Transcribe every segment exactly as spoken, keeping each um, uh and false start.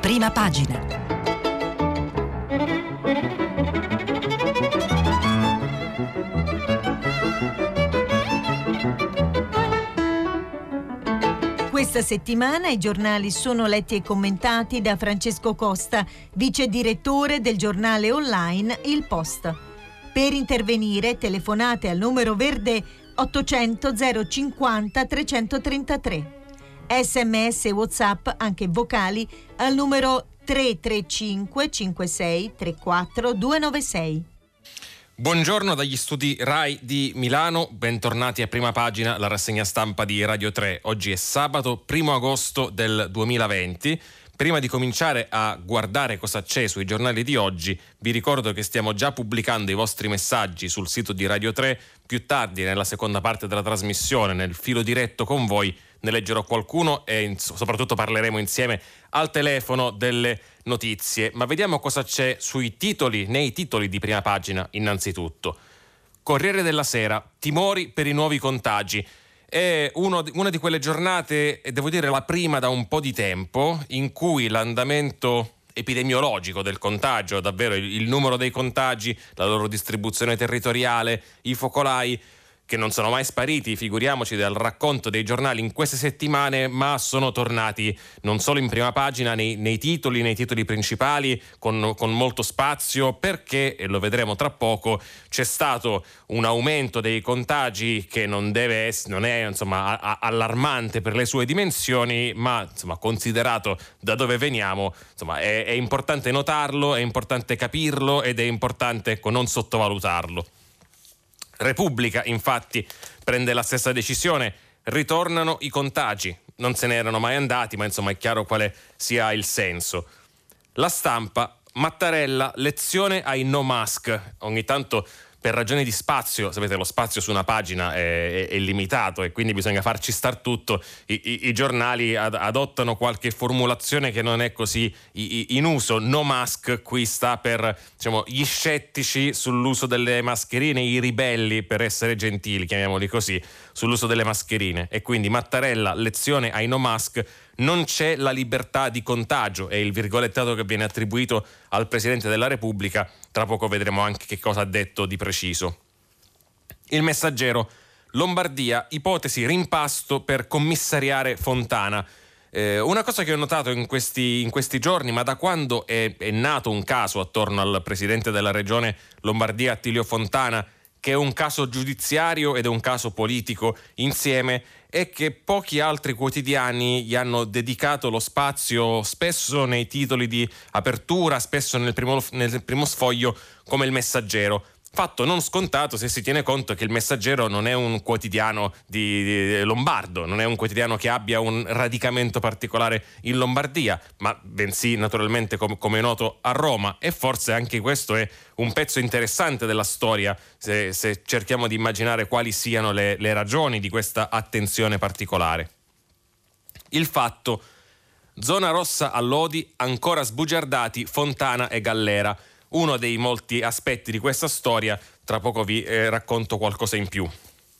Prima pagina. Questa settimana i giornali sono letti e commentati da Francesco Costa, vice direttore del giornale online Il Post. Per intervenire telefonate al numero verde ottocento zero cinquanta trecentotrentatré. Sms e WhatsApp, anche vocali, al numero tre tre cinque cinque sei tre quattro due nove sei. Buongiorno dagli studi RAI di Milano, bentornati a Prima Pagina, la rassegna stampa di Radio tre. Oggi è sabato, primo agosto del duemilaventi. Prima di cominciare a guardare cosa c'è sui giornali di oggi, vi ricordo che stiamo già pubblicando i vostri messaggi sul sito di Radio tre. Più tardi, nella seconda parte della trasmissione, nel filo diretto con voi, ne leggerò qualcuno e soprattutto parleremo insieme al telefono delle notizie. Ma vediamo cosa c'è sui titoli, nei titoli di Prima Pagina innanzitutto. Corriere della Sera, timori per i nuovi contagi. È uno, una di quelle giornate, e devo dire la prima da un po' di tempo, in cui l'andamento epidemiologico del contagio, davvero il, il numero dei contagi, la loro distribuzione territoriale, i focolai, che non sono mai spariti, figuriamoci, dal racconto dei giornali in queste settimane, ma sono tornati non solo in prima pagina, nei, nei titoli, nei titoli principali, con, con molto spazio, perché, e lo vedremo tra poco, c'è stato un aumento dei contagi che non deve essere, non è insomma a, a, allarmante per le sue dimensioni, ma insomma considerato da dove veniamo, insomma è, è importante notarlo, è importante capirlo ed è importante, ecco, non sottovalutarlo. Repubblica, infatti, prende la stessa decisione. Ritornano i contagi. Non se ne erano mai andati, ma insomma è chiaro quale sia il senso. La Stampa, Mattarella, lezione ai no mask. Ogni tanto, per ragioni di spazio, sapete, lo spazio su una pagina è, è, è limitato e quindi bisogna farci star tutto. I, i, i giornali ad, adottano qualche formulazione che non è così i, i, in uso. No mask qui sta per, diciamo, gli scettici sull'uso delle mascherine, i ribelli, per essere gentili, chiamiamoli così, sull'uso delle mascherine. E quindi Mattarella, lezione ai no mask. Non c'è la libertà di contagio, è il virgolettato che viene attribuito al Presidente della Repubblica. Tra poco vedremo anche che cosa ha detto di preciso. Il Messaggero, Lombardia, ipotesi rimpasto per commissariare Fontana. Eh, una cosa che ho notato in questi, in questi giorni, ma da quando è, è nato un caso attorno al Presidente della Regione Lombardia, Attilio Fontana, che è un caso giudiziario ed è un caso politico insieme, è che pochi altri quotidiani gli hanno dedicato lo spazio, spesso nei titoli di apertura, spesso nel primo, nel primo sfoglio, come il Messaggero. Fatto non scontato se si tiene conto che il Messaggero non è un quotidiano di, di lombardo, non è un quotidiano che abbia un radicamento particolare in Lombardia, ma bensì naturalmente com- come è noto a Roma, e forse anche questo è un pezzo interessante della storia se, se cerchiamo di immaginare quali siano le, le ragioni di questa attenzione particolare. Il Fatto, zona rossa a Lodi, ancora sbugiardati Fontana e Gallera. Uno dei molti aspetti di questa storia, tra poco vi eh, racconto qualcosa in più.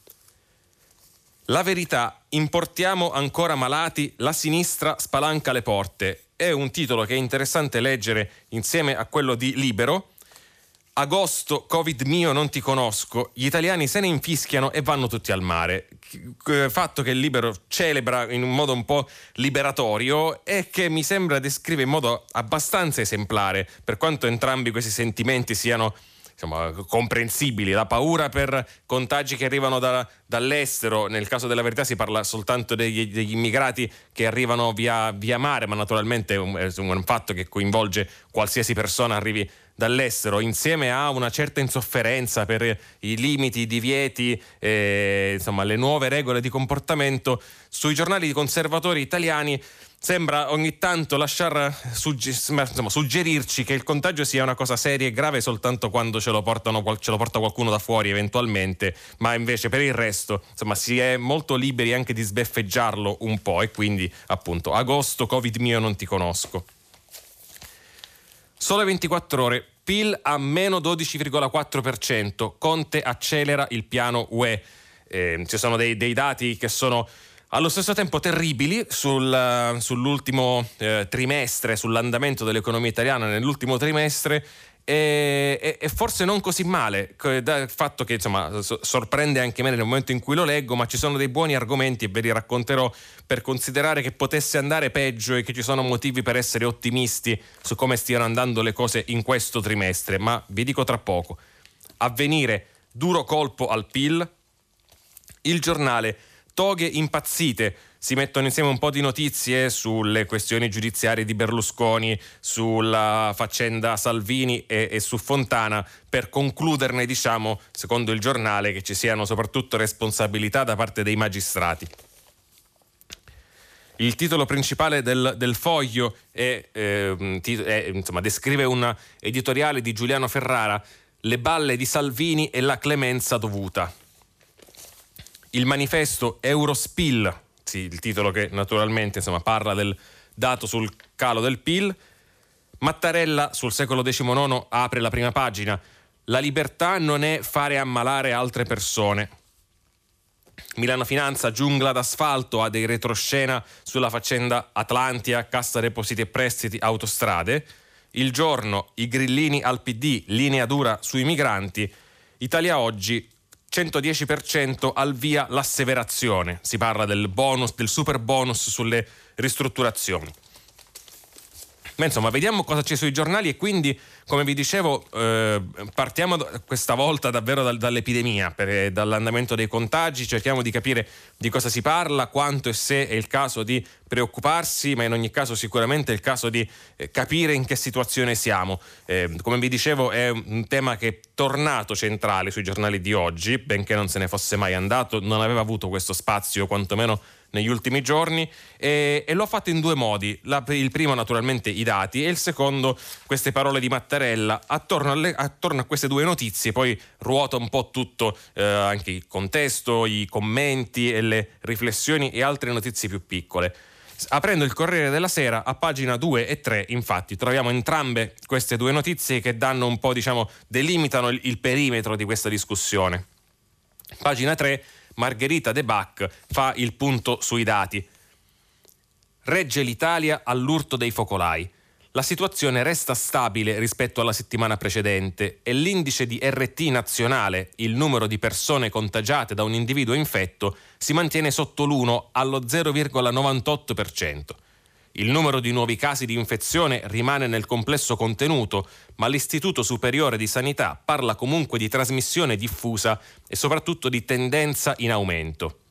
La Verità, importiamo ancora malati, la sinistra spalanca le porte. È un titolo che è interessante leggere insieme a quello di Libero. Agosto, Covid mio non ti conosco, gli italiani se ne infischiano e vanno tutti al mare. Fatto che il Libero celebra in un modo un po' liberatorio e che mi sembra descrive in modo abbastanza esemplare, per quanto entrambi questi sentimenti siano, insomma, comprensibili. La paura per contagi che arrivano da, dall'estero, nel caso della Verità si parla soltanto degli, degli immigrati che arrivano via, via mare, ma naturalmente è un, è un fatto che coinvolge qualsiasi persona arrivi dall'estero, insieme a una certa insofferenza per i limiti, i divieti, eh, insomma le nuove regole di comportamento. Sui giornali conservatori italiani sembra ogni tanto lasciar sugge- insomma, suggerirci che il contagio sia una cosa seria e grave soltanto quando ce lo portano, ce lo porta qualcuno da fuori eventualmente, ma invece per il resto, insomma, si è molto liberi anche di sbeffeggiarlo un po', e quindi appunto agosto, Covid mio non ti conosco. Sole ventiquattro ore, P I L a meno dodici virgola quattro per cento, Conte accelera il piano U E. Eh, ci sono dei, dei dati che sono allo stesso tempo terribili sul, sull'ultimo eh, trimestre, sull'andamento dell'economia italiana nell'ultimo trimestre, e, e, e forse non così male, dal fatto che insomma so, sorprende anche me nel momento in cui lo leggo, ma ci sono dei buoni argomenti, e ve li racconterò, per considerare che potesse andare peggio e che ci sono motivi per essere ottimisti su come stiano andando le cose in questo trimestre, ma vi dico tra poco. Avvenire, duro colpo al P I L. Il Giornale, toghe impazzite, si mettono insieme un po' di notizie sulle questioni giudiziarie di Berlusconi, sulla faccenda Salvini e, e su Fontana, per concluderne, diciamo, secondo il Giornale, che ci siano soprattutto responsabilità da parte dei magistrati. Il titolo principale del, del Foglio è, eh, è, insomma, descrive un editoriale di Giuliano Ferrara, le balle di Salvini e la clemenza dovuta. Il Manifesto, Eurospill, sì, il titolo che naturalmente insomma parla del dato sul calo del P I L. Mattarella sul Secolo diciannove apre la prima pagina. La libertà non è fare ammalare altre persone. Milano Finanza, giungla d'asfalto, ha dei retroscena sulla faccenda Atlantia, Cassa Depositi e Prestiti, Autostrade. Il Giorno, i grillini al P D, linea dura sui migranti. Italia Oggi, centodieci per cento al via l'asseverazione. Si parla del bonus, del super bonus sulle ristrutturazioni. Ma insomma, vediamo cosa c'è sui giornali, e quindi, come vi dicevo, eh, partiamo questa volta davvero dal, dall'epidemia, per, dall'andamento dei contagi. Cerchiamo di capire di cosa si parla, quanto e se è il caso di preoccuparsi, ma in ogni caso sicuramente è il caso di eh, capire in che situazione siamo. Eh, come vi dicevo, è un tema che è tornato centrale sui giornali di oggi, benché non se ne fosse mai andato, non aveva avuto questo spazio quantomeno negli ultimi giorni, e, e l'ho fatto in due modi. La, il primo naturalmente i dati, e il secondo queste parole di Mattarella attorno, alle, attorno a queste due notizie. Poi ruota un po' tutto, eh, anche il contesto, i commenti e le riflessioni e altre notizie più piccole. Aprendo il Corriere della Sera, a pagina due e tre, infatti, troviamo entrambe queste due notizie che danno un po', diciamo, delimitano il, il perimetro di questa discussione. Pagina tre, Margherita De Bach fa il punto sui dati. Regge l'Italia all'urto dei focolai. La situazione resta stabile rispetto alla settimana precedente e l'indice di R T nazionale, il numero di persone contagiate da un individuo infetto, si mantiene sotto l'uno allo zero virgola novantotto per cento. Il numero di nuovi casi di infezione rimane nel complesso contenuto, ma l'Istituto Superiore di Sanità parla comunque di trasmissione diffusa e soprattutto di tendenza in aumento.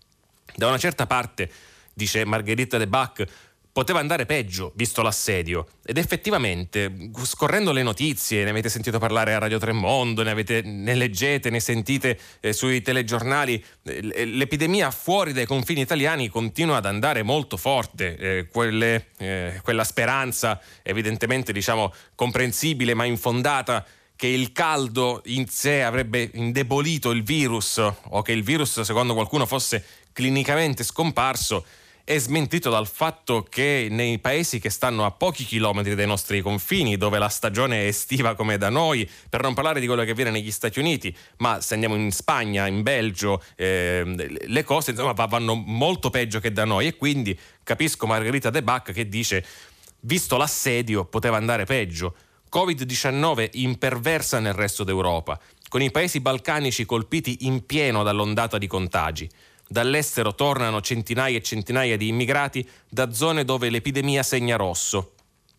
Da una certa parte, dice Margherita De Bach, poteva andare peggio, visto l'assedio. Ed effettivamente, scorrendo le notizie, ne avete sentito parlare a Radio Tremondo, ne, avete, ne leggete, ne sentite eh, sui telegiornali, eh, l'epidemia fuori dai confini italiani continua ad andare molto forte. Eh, quelle, eh, quella speranza, evidentemente, diciamo, comprensibile ma infondata, che il caldo in sé avrebbe indebolito il virus, o che il virus, secondo qualcuno, fosse clinicamente scomparso, è smentito dal fatto che nei paesi che stanno a pochi chilometri dai nostri confini, dove la stagione è estiva come da noi, per non parlare di quello che avviene negli Stati Uniti, ma se andiamo in Spagna, in Belgio, eh, le cose insomma vanno molto peggio che da noi, e quindi capisco Margherita De Bach che dice, visto l'assedio poteva andare peggio. covid diciannove imperversa nel resto d'Europa, con i paesi balcanici colpiti in pieno dall'ondata di contagi. Dall'estero tornano centinaia e centinaia di immigrati da zone dove l'epidemia segna rosso.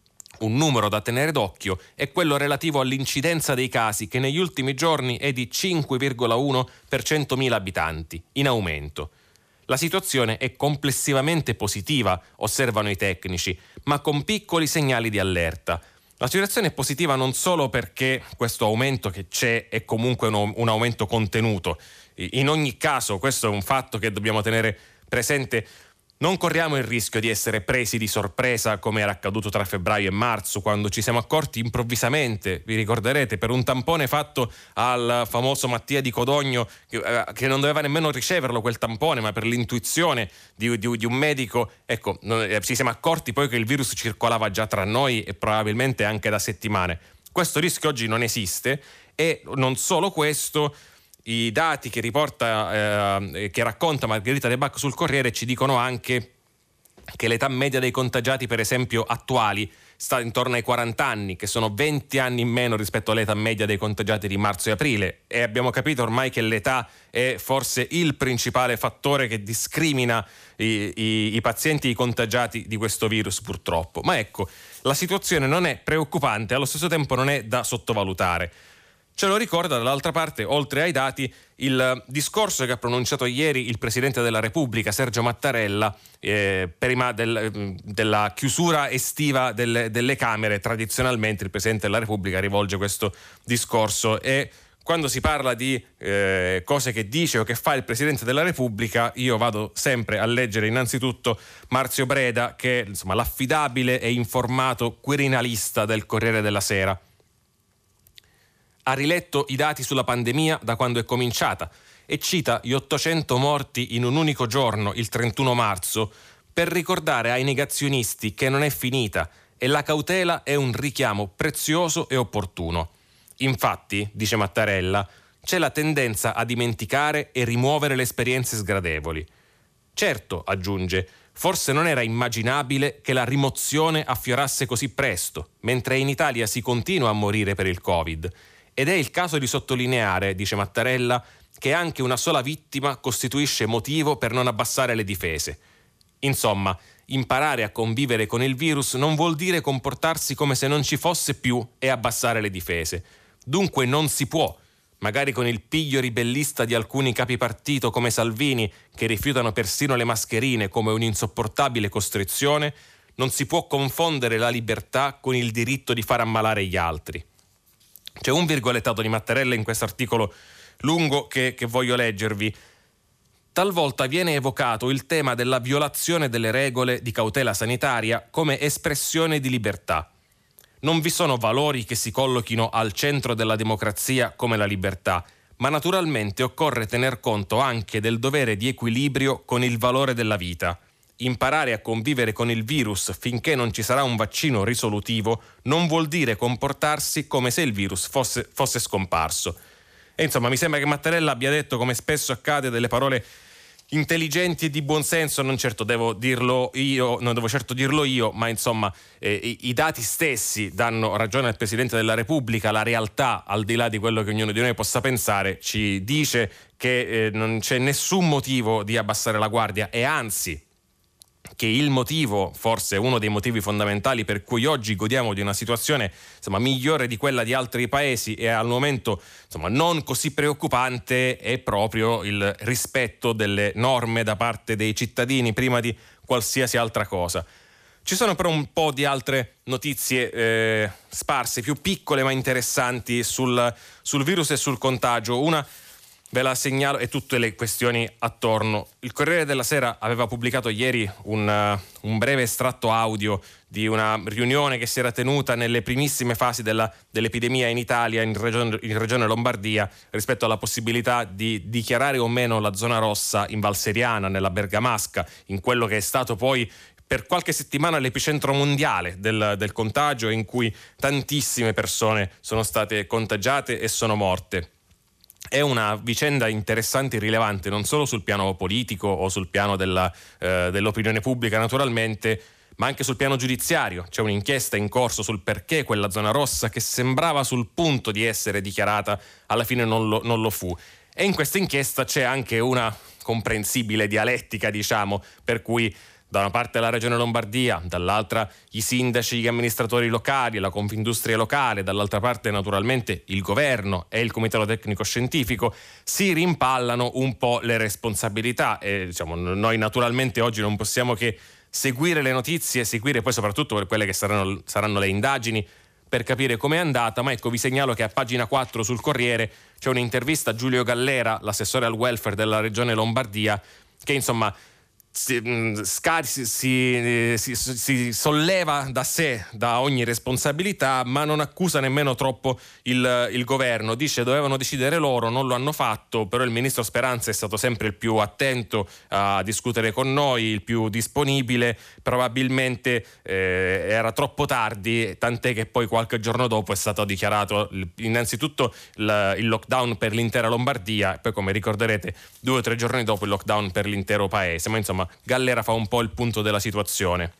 Un numero da tenere d'occhio è quello relativo all'incidenza dei casi, che negli ultimi giorni è di cinque virgola uno per centomila abitanti, in aumento. La situazione è complessivamente positiva, osservano i tecnici, ma con piccoli segnali di allerta. La situazione è positiva non solo perché questo aumento che c'è è comunque un, un aumento contenuto. In ogni caso, questo è un fatto che dobbiamo tenere presente. Non corriamo il rischio di essere presi di sorpresa come era accaduto tra febbraio e marzo, quando ci siamo accorti improvvisamente, vi ricorderete, per un tampone fatto al famoso Mattia di Codogno, che, eh, che non doveva nemmeno riceverlo quel tampone, ma per l'intuizione di, di, di un medico, ecco, non, eh, ci siamo accorti poi che il virus circolava già tra noi e probabilmente anche da settimane. Questo rischio oggi non esiste, e non solo questo. I dati che riporta, eh, che racconta Margherita De Bacco sul Corriere ci dicono anche che l'età media dei contagiati, per esempio attuali, sta intorno ai quaranta anni, che sono venti anni in meno rispetto all'età media dei contagiati di marzo e aprile, e abbiamo capito ormai che l'età è forse il principale fattore che discrimina i, i, i pazienti, i contagiati di questo virus, purtroppo. Ma ecco, la situazione non è preoccupante, allo stesso tempo non è da sottovalutare. Ce lo ricorda dall'altra parte, oltre ai dati, il discorso che ha pronunciato ieri il Presidente della Repubblica, Sergio Mattarella, eh, prima del, della chiusura estiva delle, delle Camere. Tradizionalmente il Presidente della Repubblica rivolge questo discorso, e quando si parla di eh, cose che dice o che fa il Presidente della Repubblica, io vado sempre a leggere innanzitutto Marzio Breda, che è, insomma, l'affidabile e informato quirinalista del Corriere della Sera. Ha riletto i dati sulla pandemia da quando è cominciata e cita gli ottocento morti in un unico giorno, il trentuno marzo, per ricordare ai negazionisti che non è finita e la cautela è un richiamo prezioso e opportuno. Infatti, dice Mattarella, c'è la tendenza a dimenticare e rimuovere le esperienze sgradevoli. Certo, aggiunge, forse non era immaginabile che la rimozione affiorasse così presto, mentre in Italia si continua a morire per il Covid. Ed è il caso di sottolineare, dice Mattarella, che anche una sola vittima costituisce motivo per non abbassare le difese. Insomma, imparare a convivere con il virus non vuol dire comportarsi come se non ci fosse più e abbassare le difese. Dunque non si può, magari con il piglio ribellista di alcuni capi partito come Salvini, che rifiutano persino le mascherine come un'insopportabile costrizione, non si può confondere la libertà con il diritto di far ammalare gli altri. C'è un virgolettato di Mattarella in questo articolo lungo che, che voglio leggervi. Talvolta viene evocato il tema della violazione delle regole di cautela sanitaria come espressione di libertà. Non vi sono valori che si collochino al centro della democrazia come la libertà, ma naturalmente occorre tener conto anche del dovere di equilibrio con il valore della vita. Imparare a convivere con il virus finché non ci sarà un vaccino risolutivo non vuol dire comportarsi come se il virus fosse, fosse scomparso. E insomma, mi sembra che Mattarella abbia detto, come spesso accade, delle parole intelligenti e di buonsenso. Non certo devo dirlo io, non devo certo dirlo io, ma insomma eh, i, i dati stessi danno ragione al Presidente della Repubblica. La realtà, al di là di quello che ognuno di noi possa pensare, ci dice che eh, non c'è nessun motivo di abbassare la guardia, e anzi che il motivo, forse uno dei motivi fondamentali per cui oggi godiamo di una situazione, insomma, migliore di quella di altri paesi e al momento, insomma, non così preoccupante, è proprio il rispetto delle norme da parte dei cittadini prima di qualsiasi altra cosa. Ci sono però un po' di altre notizie eh, sparse, più piccole ma interessanti sul, sul virus e sul contagio. Una ve la segnalo, e tutte le questioni attorno. Il Corriere della Sera aveva pubblicato ieri un, uh, un breve estratto audio di una riunione che si era tenuta nelle primissime fasi della, dell'epidemia in Italia, in regione, in regione Lombardia, rispetto alla possibilità di dichiarare o meno la zona rossa in Val Seriana, nella Bergamasca, in quello che è stato poi per qualche settimana l'epicentro mondiale del, del contagio, in cui tantissime persone sono state contagiate e sono morte. È una vicenda interessante e rilevante non solo sul piano politico o sul piano della, eh, dell'opinione pubblica naturalmente, ma anche sul piano giudiziario. C'è un'inchiesta in corso sul perché quella zona rossa, che sembrava sul punto di essere dichiarata, alla fine non lo, non lo fu. E in questa inchiesta c'è anche una comprensibile dialettica, diciamo, per cui da una parte la Regione Lombardia, dall'altra i sindaci, gli amministratori locali, la Confindustria locale, dall'altra parte naturalmente il governo e il Comitato Tecnico Scientifico si rimpallano un po' le responsabilità, e diciamo, noi naturalmente oggi non possiamo che seguire le notizie, seguire poi soprattutto per quelle che saranno, saranno le indagini, per capire com'è andata. Ma ecco, vi segnalo che a pagina quattro sul Corriere c'è un'intervista a Giulio Gallera, l'assessore al welfare della Regione Lombardia, che insomma Si, si, si, si, si solleva da sé, da ogni responsabilità, ma non accusa nemmeno troppo il, il governo. Dice dovevano decidere loro, non lo hanno fatto, però il ministro Speranza è stato sempre il più attento a discutere con noi, il più disponibile. Probabilmente eh, era troppo tardi, tant'è che poi qualche giorno dopo è stato dichiarato innanzitutto il, il lockdown per l'intera Lombardia e poi, come ricorderete, due o tre giorni dopo il lockdown per l'intero paese. Ma insomma Gallera fa un po' il punto della situazione.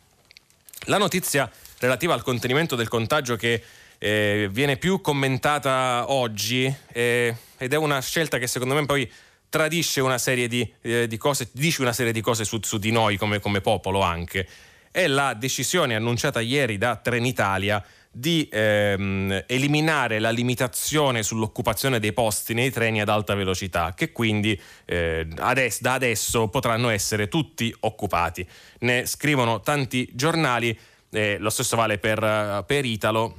La notizia relativa al contenimento del contagio che eh, viene più commentata oggi eh, ed è una scelta che secondo me poi tradisce una serie di, eh, di cose, dice una serie di cose su, su di noi come, come popolo anche, è la decisione annunciata ieri da Trenitalia di ehm, eliminare la limitazione sull'occupazione dei posti nei treni ad alta velocità, che quindi eh, adesso, da adesso potranno essere tutti occupati. Ne scrivono tanti giornali, eh, lo stesso vale per, per Italo.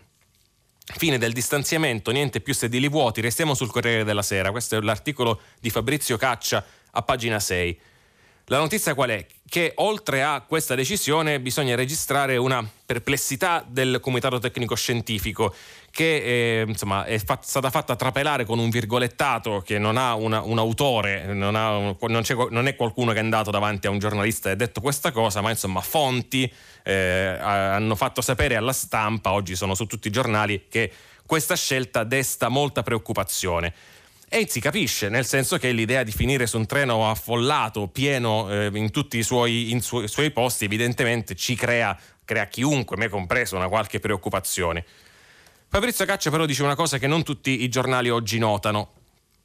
Fine del distanziamento, niente più sedili vuoti, restiamo sul Corriere della Sera. Questo è l'articolo di Fabrizio Caccia a pagina sei. La notizia qual è? Che oltre a questa decisione bisogna registrare una perplessità del Comitato Tecnico Scientifico che eh, insomma è fat- stata fatta trapelare con un virgolettato che non ha una, un autore, non, ha un, non, c'è, non è qualcuno che è andato davanti a un giornalista e ha detto questa cosa, ma insomma fonti eh, hanno fatto sapere alla stampa, oggi sono su tutti i giornali, che questa scelta desta molta preoccupazione. E si capisce, nel senso che l'idea di finire su un treno affollato, pieno eh, in tutti i suoi, in su- suoi posti, evidentemente ci crea, crea chiunque, me compreso, una qualche preoccupazione. Fabrizio Caccia però dice una cosa che non tutti i giornali oggi notano.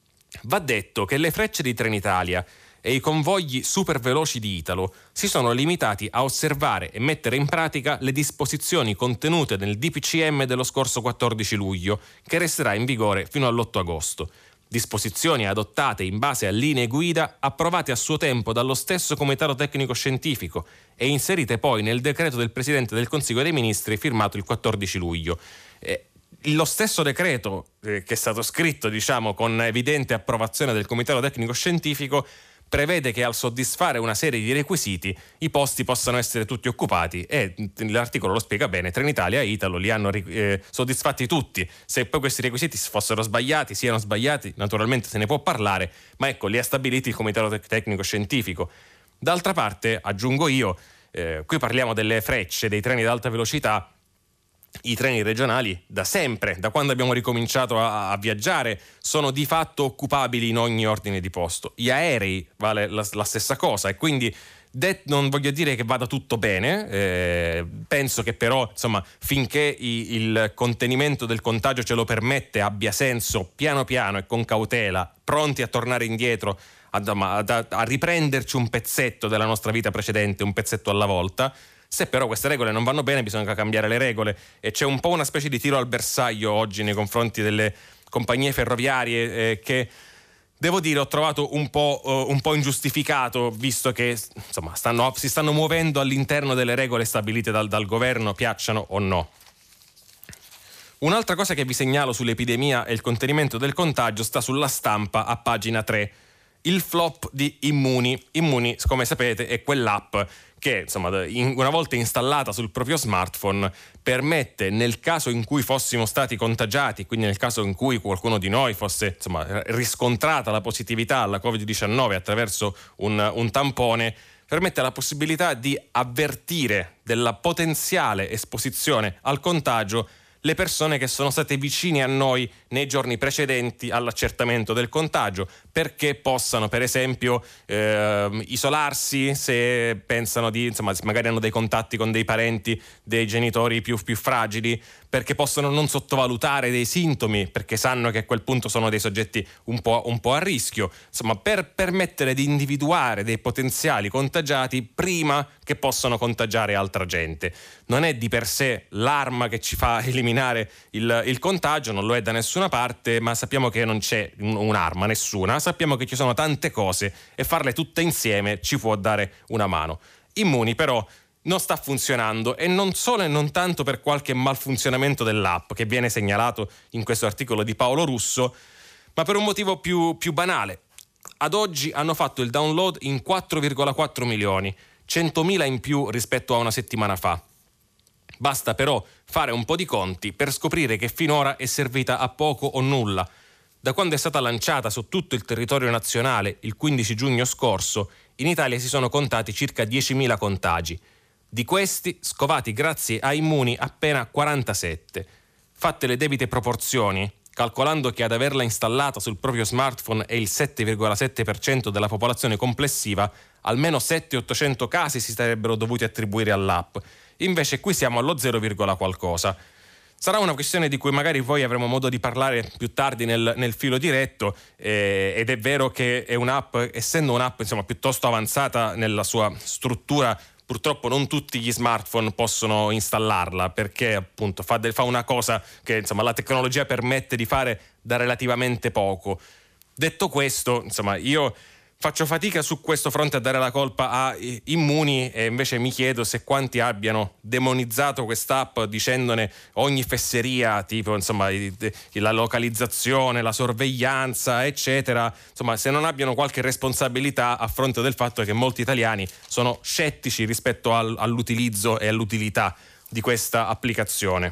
Va detto che le frecce di Trenitalia e i convogli super veloci di Italo si sono limitati a osservare e mettere in pratica le disposizioni contenute nel D P C M dello scorso quattordici luglio, che resterà in vigore fino all'otto agosto. Disposizioni adottate in base a linee guida approvate a suo tempo dallo stesso Comitato Tecnico Scientifico e inserite poi nel decreto del Presidente del Consiglio dei Ministri firmato il quattordici luglio. Eh, lo stesso decreto eh, che è stato scritto, diciamo, con evidente approvazione del Comitato Tecnico Scientifico prevede che al soddisfare una serie di requisiti i posti possano essere tutti occupati e l'articolo lo spiega bene. Trenitalia e Italo li hanno eh, soddisfatti tutti. Se poi questi requisiti fossero sbagliati, siano sbagliati, naturalmente se ne può parlare, ma ecco, li ha stabiliti il Comitato Tecnico Scientifico. D'altra parte, aggiungo io, eh, qui parliamo delle frecce, dei treni ad alta velocità. I treni regionali da sempre, da quando abbiamo ricominciato a, a viaggiare, sono di fatto occupabili in ogni ordine di posto. Gli aerei vale la, la stessa cosa e quindi det, non voglio dire che vada tutto bene, eh, penso che però insomma finché i, il contenimento del contagio ce lo permette abbia senso piano piano e con cautela, pronti a tornare indietro, a, a, a riprenderci un pezzetto della nostra vita precedente, un pezzetto alla volta. Se però queste regole non vanno bene bisogna cambiare le regole e c'è un po' una specie di tiro al bersaglio oggi nei confronti delle compagnie ferroviarie eh, che devo dire ho trovato un po', uh, un po' ingiustificato, visto che insomma stanno, si stanno muovendo all'interno delle regole stabilite dal, dal governo, piacciono o no. Un'altra cosa che vi segnalo sull'epidemia e il contenimento del contagio sta sulla Stampa a pagina tre. Il flop di Immuni. Immuni, come sapete, è quell'app che, insomma, una volta installata sul proprio smartphone, permette, nel caso in cui fossimo stati contagiati, quindi nel caso in cui qualcuno di noi fosse, insomma, riscontrata la positività alla covid diciannove attraverso un, un tampone, permette la possibilità di avvertire della potenziale esposizione al contagio le persone che sono state vicine a noi nei giorni precedenti all'accertamento del contagio, perché possano per esempio eh, isolarsi se pensano di, insomma, magari hanno dei contatti con dei parenti, dei genitori più, più fragili, perché possono non sottovalutare dei sintomi, perché sanno che a quel punto sono dei soggetti un po', un po' a rischio, insomma, per permettere di individuare dei potenziali contagiati prima che possano contagiare altra gente. Non è di per sé l'arma che ci fa eliminare il, il contagio, non lo è da nessuna parte, ma sappiamo che non c'è un'arma, nessuna, sappiamo che ci sono tante cose e farle tutte insieme ci può dare una mano. Immuni però non sta funzionando, e non solo e non tanto per qualche malfunzionamento dell'app che viene segnalato in questo articolo di Paolo Russo, ma per un motivo più, più banale. Ad oggi hanno fatto il download in quattro virgola quattro milioni, centomila in più rispetto a una settimana fa. Basta però fare un po' di conti per scoprire che finora è servita a poco o nulla. Da quando è stata lanciata su tutto il territorio nazionale il quindici giugno scorso, in Italia si sono contati circa diecimila contagi. Di questi, scovati grazie a Immuni, appena quarantasette. Fatte le debite proporzioni, calcolando che ad averla installata sul proprio smartphone è il sette virgola sette per cento della popolazione complessiva, almeno settecento ottocento casi si sarebbero dovuti attribuire all'app. Invece qui siamo allo zero, qualcosa. Sarà una questione di cui magari poi avremo modo di parlare più tardi nel, nel filo diretto, eh, ed è vero che è un'app, essendo un'app insomma piuttosto avanzata nella sua struttura, purtroppo non tutti gli smartphone possono installarla, perché appunto fa, de, fa una cosa che insomma la tecnologia permette di fare da relativamente poco. Detto questo, insomma, io faccio fatica su questo fronte a dare la colpa a Immuni, e invece mi chiedo se quanti abbiano demonizzato quest'app dicendone ogni fesseria, tipo insomma la localizzazione, la sorveglianza, eccetera, insomma se non abbiano qualche responsabilità a fronte del fatto che molti italiani sono scettici rispetto al, all'utilizzo e all'utilità di questa applicazione.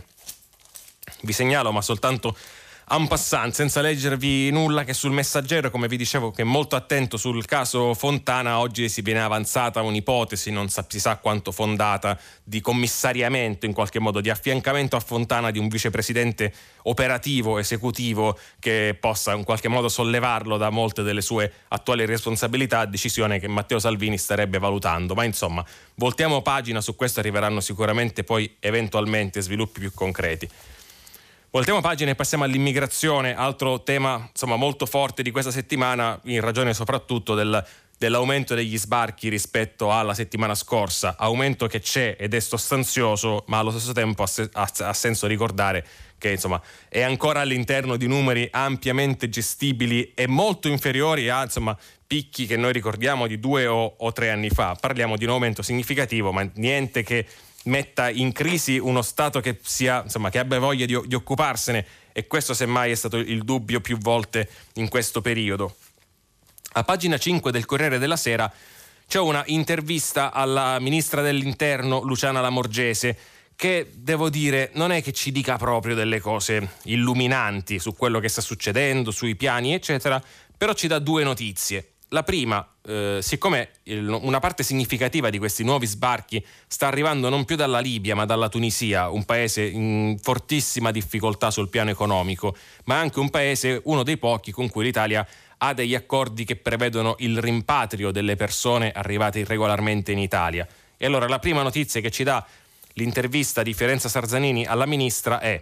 Vi segnalo, ma soltanto en passant, senza leggervi nulla, che sul Messaggero, come vi dicevo, che è molto attento sul caso Fontana, oggi si viene avanzata un'ipotesi, non sa, si sa quanto fondata, di commissariamento in qualche modo, di affiancamento a Fontana di un vicepresidente operativo, esecutivo, che possa in qualche modo sollevarlo da molte delle sue attuali responsabilità, decisione che Matteo Salvini starebbe valutando. Ma insomma, voltiamo pagina, su questo arriveranno sicuramente poi eventualmente sviluppi più concreti. Voltiamo pagina e passiamo all'immigrazione, altro tema insomma molto forte di questa settimana, in ragione soprattutto del, dell'aumento degli sbarchi rispetto alla settimana scorsa, aumento che c'è ed è sostanzioso, ma allo stesso tempo ha, se, ha, ha senso ricordare che insomma è ancora all'interno di numeri ampiamente gestibili e molto inferiori a insomma picchi che noi ricordiamo di due o, o tre anni fa. Parliamo di un aumento significativo, ma niente che metta in crisi uno Stato che sia, insomma, che abbia voglia di, di occuparsene, e questo semmai è stato il dubbio più volte in questo periodo. A pagina cinque del Corriere della Sera c'è una intervista alla ministra dell'Interno Luciana Lamorgese, che devo dire non è che ci dica proprio delle cose illuminanti su quello che sta succedendo, sui piani eccetera, però ci dà due notizie. La prima, eh, siccome il, una parte significativa di questi nuovi sbarchi sta arrivando non più dalla Libia ma dalla Tunisia, un paese in fortissima difficoltà sul piano economico, ma anche un paese, uno dei pochi, con cui l'Italia ha degli accordi che prevedono il rimpatrio delle persone arrivate irregolarmente in Italia. E allora la prima notizia che ci dà l'intervista di Fiorenza Sarzanini alla ministra è: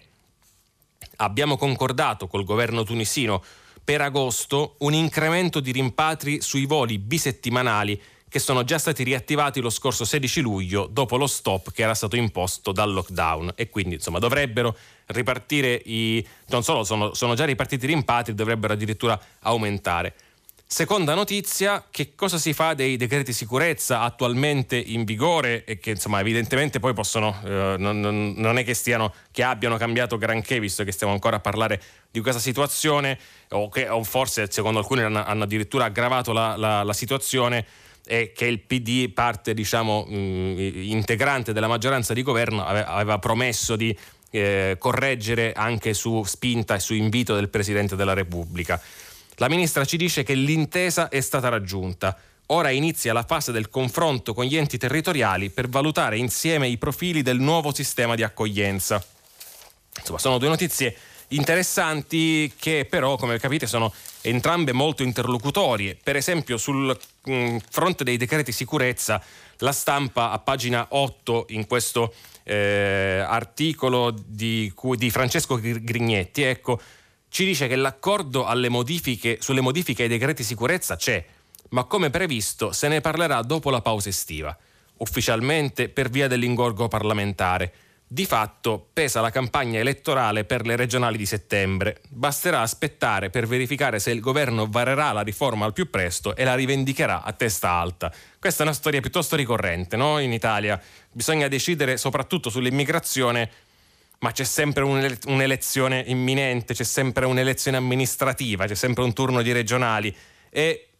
abbiamo concordato col governo tunisino per agosto un incremento di rimpatri sui voli bisettimanali che sono già stati riattivati lo scorso sedici luglio dopo lo stop che era stato imposto dal lockdown, e quindi insomma dovrebbero ripartire i non solo sono, sono già ripartiti i rimpatri, dovrebbero addirittura aumentare. Seconda notizia: che cosa si fa dei decreti sicurezza attualmente in vigore e che insomma evidentemente poi possono eh, non, non, non è che stiano che abbiano cambiato granché, visto che stiamo ancora a parlare di questa situazione, o che o forse secondo alcuni hanno, hanno addirittura aggravato la, la, la situazione, e che il P D, parte diciamo mh, integrante della maggioranza di governo, aveva, aveva promesso di eh, correggere anche su spinta e su invito del Presidente della Repubblica. La ministra ci dice che l'intesa è stata raggiunta. Ora inizia la fase del confronto con gli enti territoriali per valutare insieme i profili del nuovo sistema di accoglienza. Insomma, sono due notizie interessanti che però, come capite, sono entrambe molto interlocutorie. Per esempio, sul mh, fronte dei decreti sicurezza, La Stampa a pagina otto, in questo eh, articolo di, di Francesco Grignetti, ecco, ci dice che l'accordo alle modifiche, sulle modifiche ai decreti sicurezza c'è, ma come previsto se ne parlerà dopo la pausa estiva, ufficialmente per via dell'ingorgo parlamentare. Di fatto pesa la campagna elettorale per le regionali di settembre. Basterà aspettare per verificare se il governo varerà la riforma al più presto e la rivendicherà a testa alta. Questa è una storia piuttosto ricorrente, no? In Italia bisogna decidere soprattutto sull'immigrazione, ma c'è sempre un'ele- un'elezione imminente, c'è sempre un'elezione amministrativa, c'è sempre un turno di regionali, e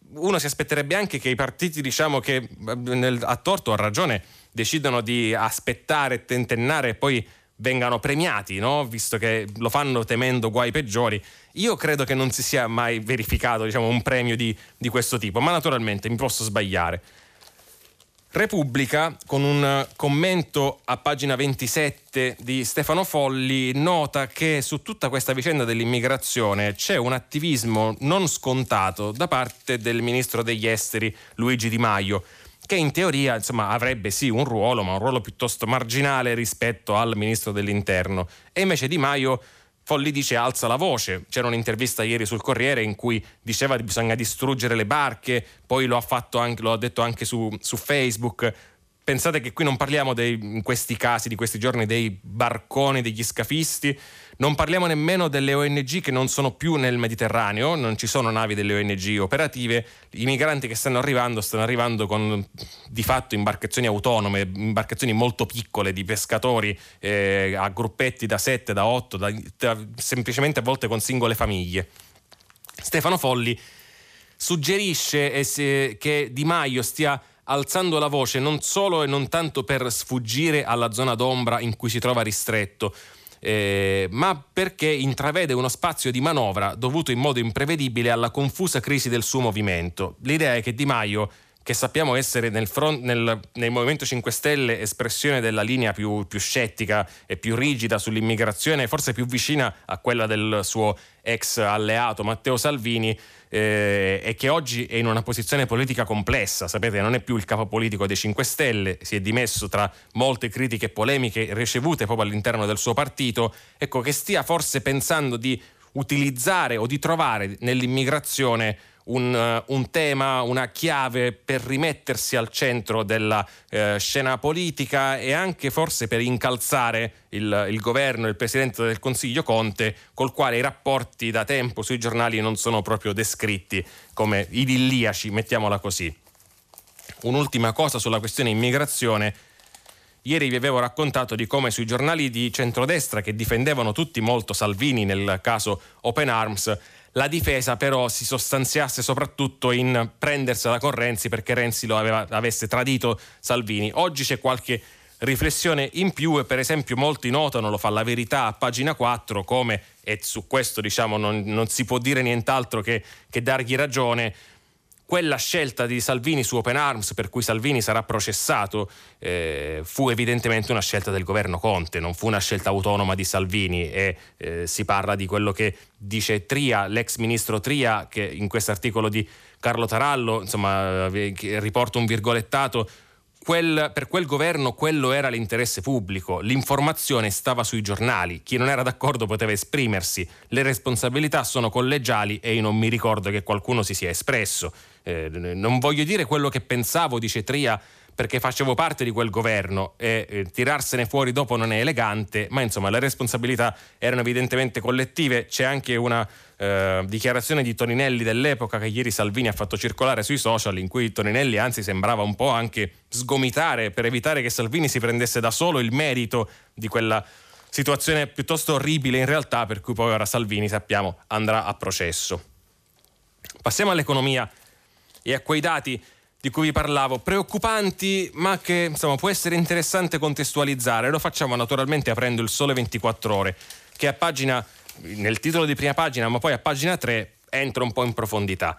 uno si aspetterebbe anche che i partiti, diciamo che nel, a torto o a ragione, decidono di aspettare, tentennare e poi vengano premiati, no? Visto che lo fanno temendo guai peggiori. Io credo che non si sia mai verificato, diciamo, un premio di, di questo tipo, ma naturalmente mi posso sbagliare. Repubblica, con un commento a pagina ventisette di Stefano Folli, nota che su tutta questa vicenda dell'immigrazione c'è un attivismo non scontato da parte del ministro degli esteri Luigi Di Maio, che in teoria, insomma, avrebbe sì un ruolo, ma un ruolo piuttosto marginale rispetto al ministro dell'interno. E invece Di Maio, Folli dice, alza la voce. C'era un'intervista ieri sul Corriere in cui diceva che bisogna distruggere le barche, poi lo ha fatto anche, lo ha detto anche su, su Facebook. Pensate che qui non parliamo dei, in questi casi, di questi giorni, dei barconi, degli scafisti, non parliamo nemmeno delle O N G che non sono più nel Mediterraneo, non ci sono navi delle O N G operative, i migranti che stanno arrivando stanno arrivando con di fatto imbarcazioni autonome, imbarcazioni molto piccole di pescatori eh, a gruppetti da sette, da otto, da, da, semplicemente a volte con singole famiglie. Stefano Folli suggerisce eh, se, che Di Maio stia alzando la voce non solo e non tanto per sfuggire alla zona d'ombra in cui si trova ristretto, Eh, ma perché intravede uno spazio di manovra dovuto in modo imprevedibile alla confusa crisi del suo movimento. L'idea è che Di Maio, che sappiamo essere nel, front, nel, nel Movimento cinque Stelle espressione della linea più, più scettica e più rigida sull'immigrazione, forse più vicina a quella del suo ex alleato Matteo Salvini, eh, e che oggi è in una posizione politica complessa. Sapete, non è più il capo politico dei cinque Stelle, si è dimesso tra molte critiche e polemiche ricevute proprio all'interno del suo partito. Ecco, che stia forse pensando di utilizzare o di trovare nell'immigrazione Un, un tema, una chiave per rimettersi al centro della eh, scena politica e anche forse per incalzare il, il governo e il presidente del Consiglio Conte, col quale i rapporti da tempo sui giornali non sono proprio descritti come idilliaci, mettiamola così. Un'ultima cosa sulla questione immigrazione. Ieri vi avevo raccontato di come sui giornali di centrodestra, che difendevano tutti molto Salvini nel caso Open Arms, la difesa però si sostanziasse soprattutto in prendersela con Renzi perché Renzi lo aveva, avesse tradito Salvini. Oggi c'è qualche riflessione in più e per esempio molti notano, lo fa La Verità a pagina quattro, come, e su questo diciamo non, non si può dire nient'altro che, che dargli ragione, quella scelta di Salvini su Open Arms, per cui Salvini sarà processato, eh, fu evidentemente una scelta del governo Conte, non fu una scelta autonoma di Salvini, e eh, si parla di quello che dice Tria, l'ex ministro Tria, che in questo articolo di Carlo Tarallo, insomma, riporto un virgolettato: Quel, per quel governo quello era l'interesse pubblico, l'informazione stava sui giornali, chi non era d'accordo poteva esprimersi, le responsabilità sono collegiali e io non mi ricordo che qualcuno si sia espresso. Eh, non voglio dire quello che pensavo, dice Tria, perché facevo parte di quel governo e eh, tirarsene fuori dopo non è elegante, ma insomma le responsabilità erano evidentemente collettive. C'è anche una eh, dichiarazione di Toninelli dell'epoca che ieri Salvini ha fatto circolare sui social, in cui Toninelli anzi sembrava un po' anche sgomitare per evitare che Salvini si prendesse da solo il merito di quella situazione piuttosto orribile in realtà, per cui poi ora Salvini, sappiamo, andrà a processo. Passiamo all'economia e a quei dati di cui vi parlavo, preoccupanti, ma che insomma può essere interessante contestualizzare. Lo facciamo naturalmente aprendo il Sole ventiquattro Ore, che a pagina, nel titolo di prima pagina, ma poi a pagina tre entra un po' in profondità.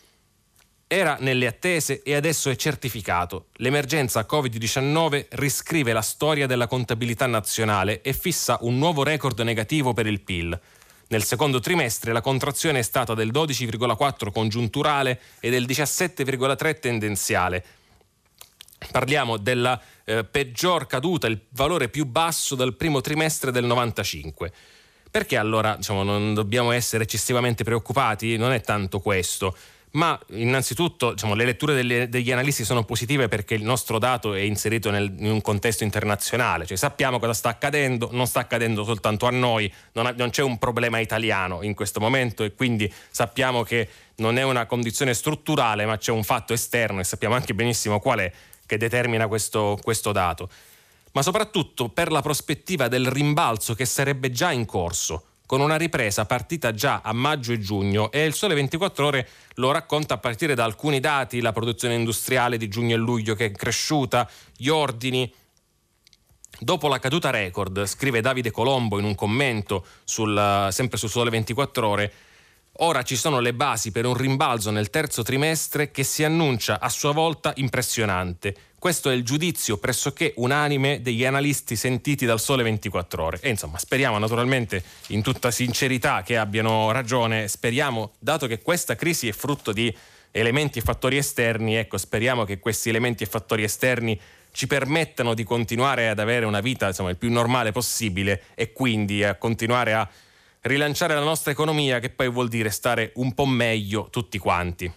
Era nelle attese e adesso è certificato. L'emergenza covid diciannove riscrive la storia della contabilità nazionale e fissa un nuovo record negativo per il P I L. Nel secondo trimestre la contrazione è stata del dodici virgola quattro congiunturale e del diciassette virgola tre tendenziale. Parliamo della eh, peggior caduta, il valore più basso dal primo trimestre del novantacinque. Perché allora diciamo, non dobbiamo essere eccessivamente preoccupati? Non è tanto questo. Ma innanzitutto diciamo, le letture delle, degli analisti sono positive perché il nostro dato è inserito nel, in un contesto internazionale, cioè sappiamo cosa sta accadendo, non sta accadendo soltanto a noi, non, ha, non c'è un problema italiano in questo momento e quindi sappiamo che non è una condizione strutturale ma c'è un fatto esterno e sappiamo anche benissimo qual è che determina questo, questo dato. Ma soprattutto per la prospettiva del rimbalzo che sarebbe già in corso, con una ripresa partita già a maggio e giugno, e il Sole ventiquattro Ore lo racconta a partire da alcuni dati: la produzione industriale di giugno e luglio che è cresciuta, gli ordini. Dopo la caduta record, scrive Davide Colombo in un commento sul, sempre sul Sole ventiquattro Ore, ora ci sono le basi per un rimbalzo nel terzo trimestre che si annuncia a sua volta impressionante. Questo è il giudizio pressoché unanime degli analisti sentiti dal Sole ventiquattro Ore. E insomma, speriamo naturalmente in tutta sincerità che abbiano ragione. Speriamo, dato che questa crisi è frutto di elementi e fattori esterni, ecco, speriamo che questi elementi e fattori esterni ci permettano di continuare ad avere una vita, insomma, il più normale possibile, e quindi a continuare a rilanciare la nostra economia, che poi vuol dire stare un po' meglio tutti quanti.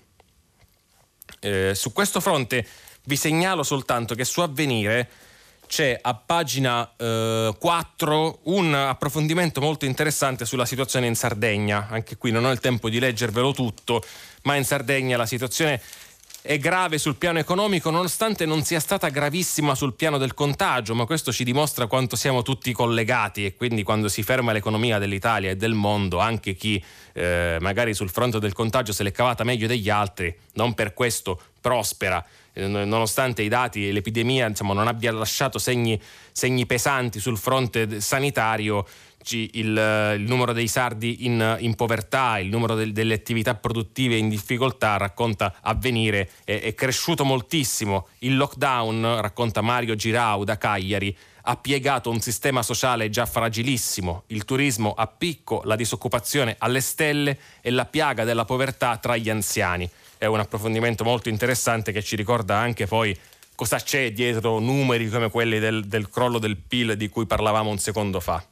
Eh, su questo fronte vi segnalo soltanto che su Avvenire c'è a pagina eh, quattro un approfondimento molto interessante sulla situazione in Sardegna. Anche qui non ho il tempo di leggervelo tutto, ma in Sardegna la situazione è grave sul piano economico, nonostante non sia stata gravissima sul piano del contagio, ma questo ci dimostra quanto siamo tutti collegati, e quindi quando si ferma l'economia dell'Italia e del mondo, anche chi eh, magari sul fronte del contagio se l'è cavata meglio degli altri, non per questo prospera, eh, nonostante i dati e l'epidemia, insomma, non abbia lasciato segni, segni pesanti sul fronte sanitario. Il, il numero dei sardi in, in povertà, il numero del, delle attività produttive in difficoltà, racconta Avvenire, è, è cresciuto moltissimo. Il lockdown, racconta Mario Girau da Cagliari, ha piegato un sistema sociale già fragilissimo, il turismo a picco, la disoccupazione alle stelle e la piaga della povertà tra gli anziani. È un approfondimento molto interessante che ci ricorda anche poi cosa c'è dietro numeri come quelli del, del crollo del P I L di cui parlavamo un secondo fa.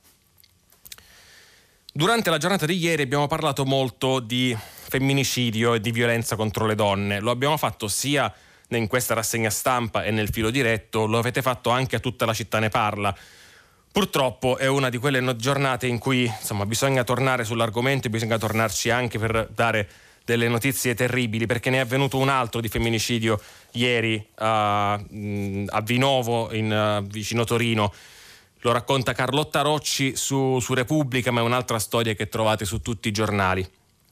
Durante la giornata di ieri abbiamo parlato molto di femminicidio e di violenza contro le donne. Lo abbiamo fatto sia in questa rassegna stampa e nel filo diretto, lo avete fatto anche a Tutta la città ne parla. Purtroppo è una di quelle giornate in cui, insomma, bisogna tornare sull'argomento e bisogna tornarci anche per dare delle notizie terribili, perché ne è avvenuto un altro di femminicidio ieri a, a Vinovo, in, vicino Torino. Lo racconta Carlotta Rocci su, su Repubblica, ma è un'altra storia che trovate su tutti i giornali.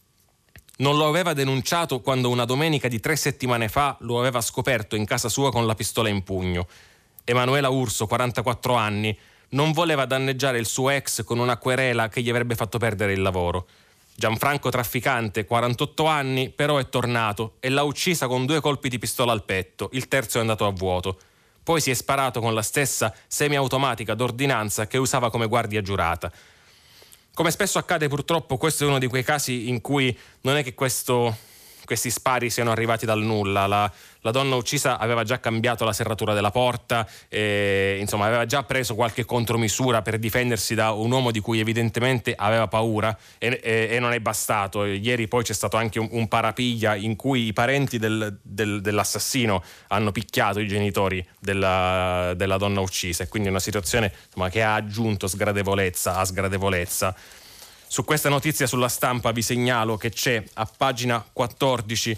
Non lo aveva denunciato quando una domenica di tre settimane fa lo aveva scoperto in casa sua con la pistola in pugno. Emanuela Urso, quarantaquattro anni, non voleva danneggiare il suo ex con una querela che gli avrebbe fatto perdere il lavoro. Gianfranco Trafficante, quarantotto anni, però è tornato e l'ha uccisa con due colpi di pistola al petto, il terzo è andato a vuoto. Poi si è sparato con la stessa semiautomatica d'ordinanza che usava come guardia giurata. Come spesso accade, purtroppo, questo è uno di quei casi in cui non è che questo, questi spari siano arrivati dal nulla. La, la donna uccisa aveva già cambiato la serratura della porta, e, insomma, aveva già preso qualche contromisura per difendersi da un uomo di cui evidentemente aveva paura, e, e, e non è bastato. Ieri poi c'è stato anche un, un parapiglia in cui i parenti del, del, dell'assassino hanno picchiato i genitori della, della donna uccisa, e quindi una situazione, insomma, che ha aggiunto sgradevolezza a sgradevolezza. Su questa notizia sulla Stampa vi segnalo che c'è a pagina quattordici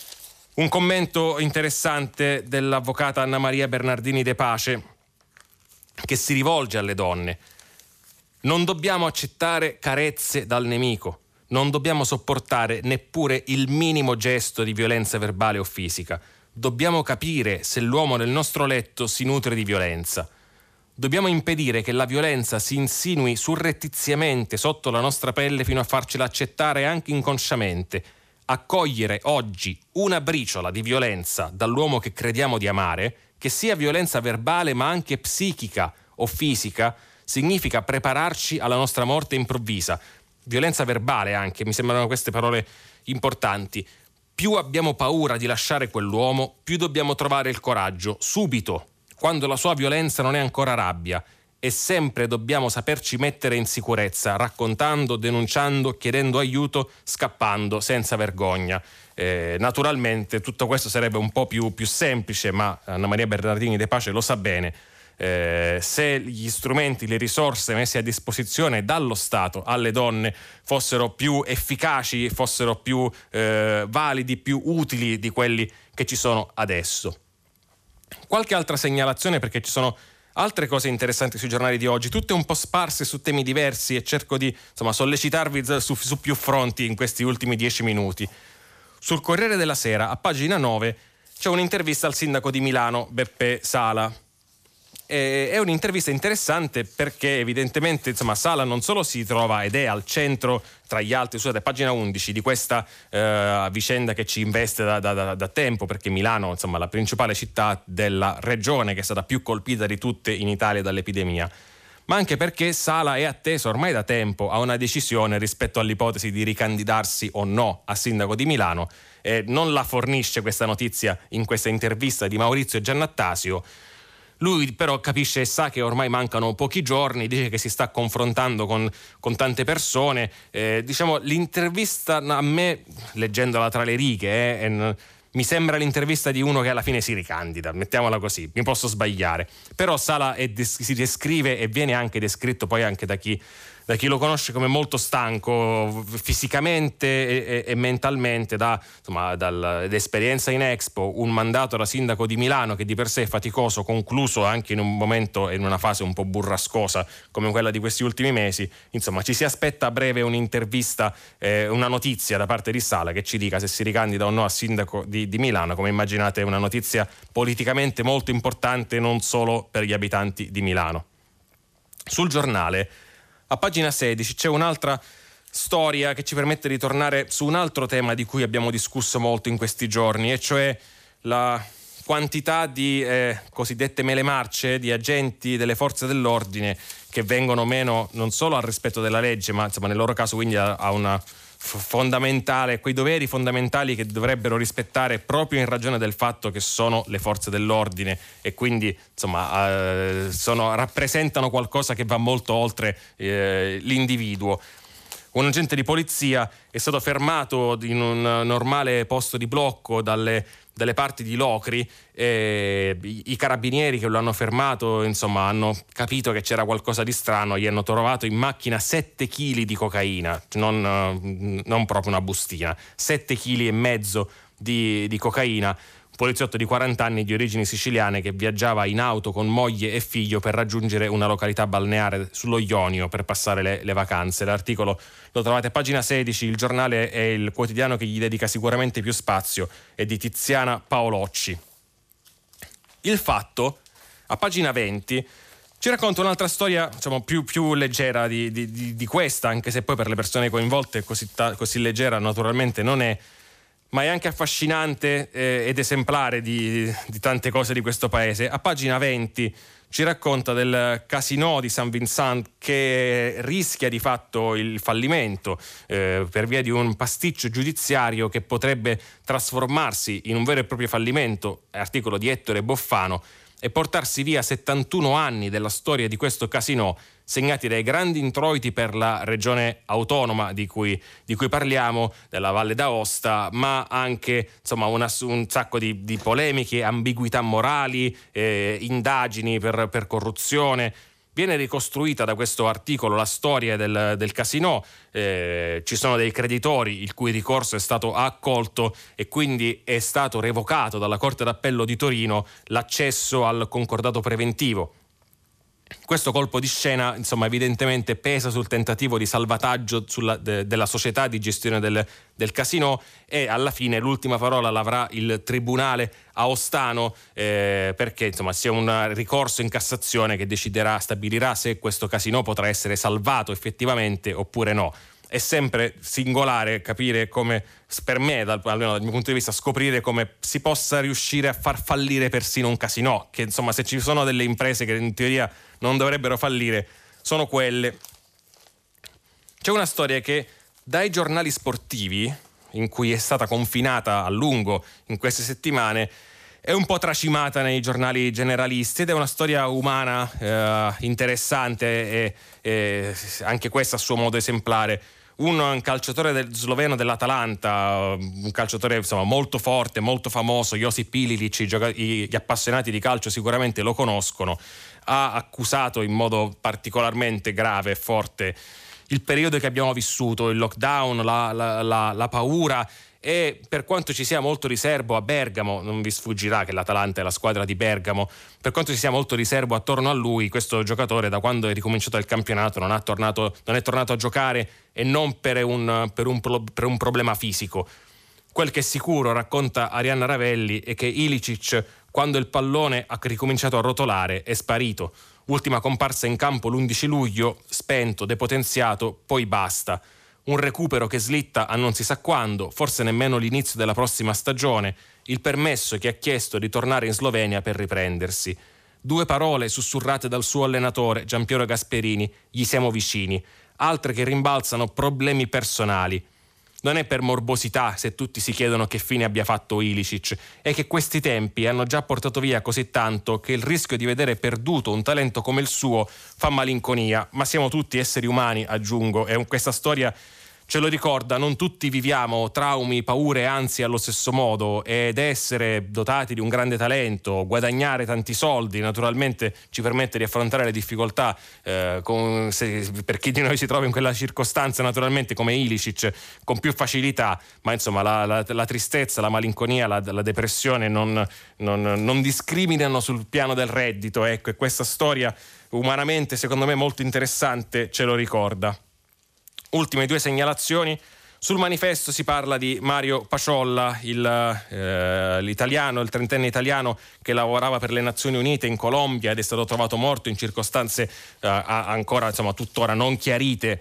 un commento interessante dell'avvocata Anna Maria Bernardini De Pace, che si rivolge alle donne. Non dobbiamo accettare carezze dal nemico, non dobbiamo sopportare neppure il minimo gesto di violenza verbale o fisica. Dobbiamo capire se l'uomo nel nostro letto si nutre di violenza. Dobbiamo impedire che la violenza si insinui surrettiziamente sotto la nostra pelle fino a farcela accettare anche inconsciamente. Accogliere oggi una briciola di violenza dall'uomo che crediamo di amare, che sia violenza verbale ma anche psichica o fisica, significa prepararci alla nostra morte improvvisa. Violenza verbale anche, mi sembrano queste parole importanti. Più abbiamo paura di lasciare quell'uomo, più dobbiamo trovare il coraggio, subito, quando la sua violenza non è ancora rabbia, e sempre dobbiamo saperci mettere in sicurezza, raccontando, denunciando, chiedendo aiuto, scappando senza vergogna. Eh, naturalmente tutto questo sarebbe un po' più, più semplice, ma Anna Maria Bernardini De Pace lo sa bene. Eh, se gli strumenti, le risorse messe a disposizione dallo Stato alle donne fossero più efficaci, fossero più eh, validi, più utili di quelli che ci sono adesso. Qualche altra segnalazione, perché ci sono Altre cose interessanti sui giornali di oggi, tutte un po' sparse su temi diversi, e cerco di insomma sollecitarvi su, su più fronti in questi ultimi dieci minuti. Sul Corriere della Sera, a pagina nove, c'è un'intervista al sindaco di Milano, Beppe Sala. E, è un'intervista interessante perché evidentemente insomma Sala non solo si trova ed è al centro, tra gli altri, scusate, pagina undici, di questa eh, vicenda che ci investe da, da, da, da tempo, perché Milano, insomma, la principale città della regione che è stata più colpita di tutte in Italia dall'epidemia, ma anche perché Sala è atteso ormai da tempo a una decisione rispetto all'ipotesi di ricandidarsi o no a sindaco di Milano. Eh, non la fornisce questa notizia in questa intervista di Maurizio Giannattasio. Lui però capisce e sa che ormai mancano pochi giorni, dice che si sta confrontando con, con tante persone. Eh, diciamo, l'intervista a me, leggendola tra le righe, eh, eh, mi sembra l'intervista di uno che alla fine si ricandida, mettiamola così, mi posso sbagliare. Però Sala è des- si descrive e viene anche descritto poi anche da chi, da chi lo conosce come molto stanco fisicamente e, e, e mentalmente da, insomma, dall'esperienza in Expo, un mandato da sindaco di Milano che di per sé è faticoso, concluso anche in un momento e in una fase un po' burrascosa come quella di questi ultimi mesi. Insomma, ci si aspetta a breve un'intervista, eh, una notizia da parte di Sala che ci dica se si ricandida o no a sindaco di, di Milano. Come immaginate, è una notizia politicamente molto importante non solo per gli abitanti di Milano. Sul Giornale, a pagina sedici, c'è un'altra storia che ci permette di tornare su un altro tema di cui abbiamo discusso molto in questi giorni, e cioè la quantità di eh, cosiddette mele marce, di agenti delle forze dell'ordine che vengono meno non solo al rispetto della legge, ma insomma nel loro caso quindi a, a una fondamentale, quei doveri fondamentali che dovrebbero rispettare proprio in ragione del fatto che sono le forze dell'ordine e quindi insomma eh, sono, rappresentano qualcosa che va molto oltre eh, l'individuo. Un agente di polizia è stato fermato in un normale posto di blocco dalle, dalle parti di Locri. E i, i carabinieri che lo hanno fermato insomma hanno capito che c'era qualcosa di strano, gli hanno trovato in macchina sette chili di cocaina, non, non proprio una bustina, sette chili e mezzo di, di cocaina. Poliziotto di quaranta anni di origini siciliane che viaggiava in auto con moglie e figlio per raggiungere una località balneare sullo Ionio per passare le, le vacanze. L'articolo lo trovate a pagina sedici, il Giornale è il quotidiano che gli dedica sicuramente più spazio, è di Tiziana Paolocci. Il Fatto, a pagina venti, ci racconta un'altra storia, diciamo, più, più leggera di, di, di questa, anche se poi per le persone coinvolte così, ta- così leggera naturalmente non è, ma è anche affascinante eh, ed esemplare di, di tante cose di questo paese. A pagina venti ci racconta del Casino di Saint Vincent che rischia di fatto il fallimento eh, per via di un pasticcio giudiziario che potrebbe trasformarsi in un vero e proprio fallimento, articolo di Ettore Boffano, e portarsi via settantuno anni della storia di questo casino, segnati dai grandi introiti per la regione autonoma di cui, di cui parliamo, della Valle d'Aosta, ma anche insomma una, un sacco di, di polemiche, ambiguità morali, eh, indagini per, per corruzione. Viene ricostruita da questo articolo la storia del, del casino, eh, ci sono dei creditori il cui ricorso è stato accolto e quindi è stato revocato dalla Corte d'Appello di Torino l'accesso al concordato preventivo. Questo colpo di scena, insomma, evidentemente pesa sul tentativo di salvataggio sulla, de, della società di gestione del, del casino, e alla fine l'ultima parola l'avrà il Tribunale aostano, eh, perché insomma sia un ricorso in Cassazione che deciderà, stabilirà se questo casino potrà essere salvato effettivamente oppure no. È sempre singolare capire come, per me, dal, almeno dal mio punto di vista, scoprire come si possa riuscire a far fallire persino un casino, che insomma se ci sono delle imprese che in teoria non dovrebbero fallire, sono quelle. C'è una storia che dai giornali sportivi, in cui è stata confinata a lungo in queste settimane, è un po' tracimata nei giornali generalisti, ed è una storia umana eh, interessante e, e anche questa a suo modo esemplare. Un calciatore del, sloveno dell'Atalanta, un calciatore insomma molto forte, molto famoso, Josip Ililic, i gioca- gli appassionati di calcio sicuramente lo conoscono, ha accusato in modo particolarmente grave e forte il periodo che abbiamo vissuto, il lockdown, la, la, la, la paura e per quanto ci sia molto riservo a Bergamo, non vi sfuggirà che l'Atalanta è la squadra di Bergamo, per quanto ci sia molto riservo attorno a lui, questo giocatore da quando è ricominciato il campionato non, ha tornato, non è tornato a giocare, e non per un, per un, per un problema fisico. Quel che è sicuro, racconta Arianna Ravelli, è che Ilicic, quando il pallone ha ricominciato a rotolare, è sparito. Ultima comparsa in campo l'undici luglio, spento, depotenziato, poi basta. Un recupero che slitta a non si sa quando, forse nemmeno l'inizio della prossima stagione, il permesso che ha chiesto di tornare in Slovenia per riprendersi. Due parole sussurrate dal suo allenatore Giampiero Gasperini: gli siamo vicini. Altre che rimbalzano: problemi personali. Non è per morbosità se tutti si chiedono che fine abbia fatto Ilicic, è che questi tempi hanno già portato via così tanto che il rischio di vedere perduto un talento come il suo fa malinconia, ma siamo tutti esseri umani, aggiungo, e questa storia ce lo ricorda. Non tutti viviamo traumi, paure e ansie allo stesso modo, ed essere dotati di un grande talento, guadagnare tanti soldi, naturalmente ci permette di affrontare le difficoltà eh, con, se, per chi di noi si trova in quella circostanza, naturalmente come Ilicic, con più facilità, ma insomma la, la, la tristezza, la malinconia, la, la depressione non, non, non discriminano sul piano del reddito, ecco, e questa storia umanamente secondo me molto interessante ce lo ricorda. Ultime due segnalazioni. Sul Manifesto si parla di Mario Paciolla, il, eh, l'italiano, il trentenne italiano che lavorava per le Nazioni Unite in Colombia ed è stato trovato morto in circostanze eh, ancora, insomma, tuttora non chiarite.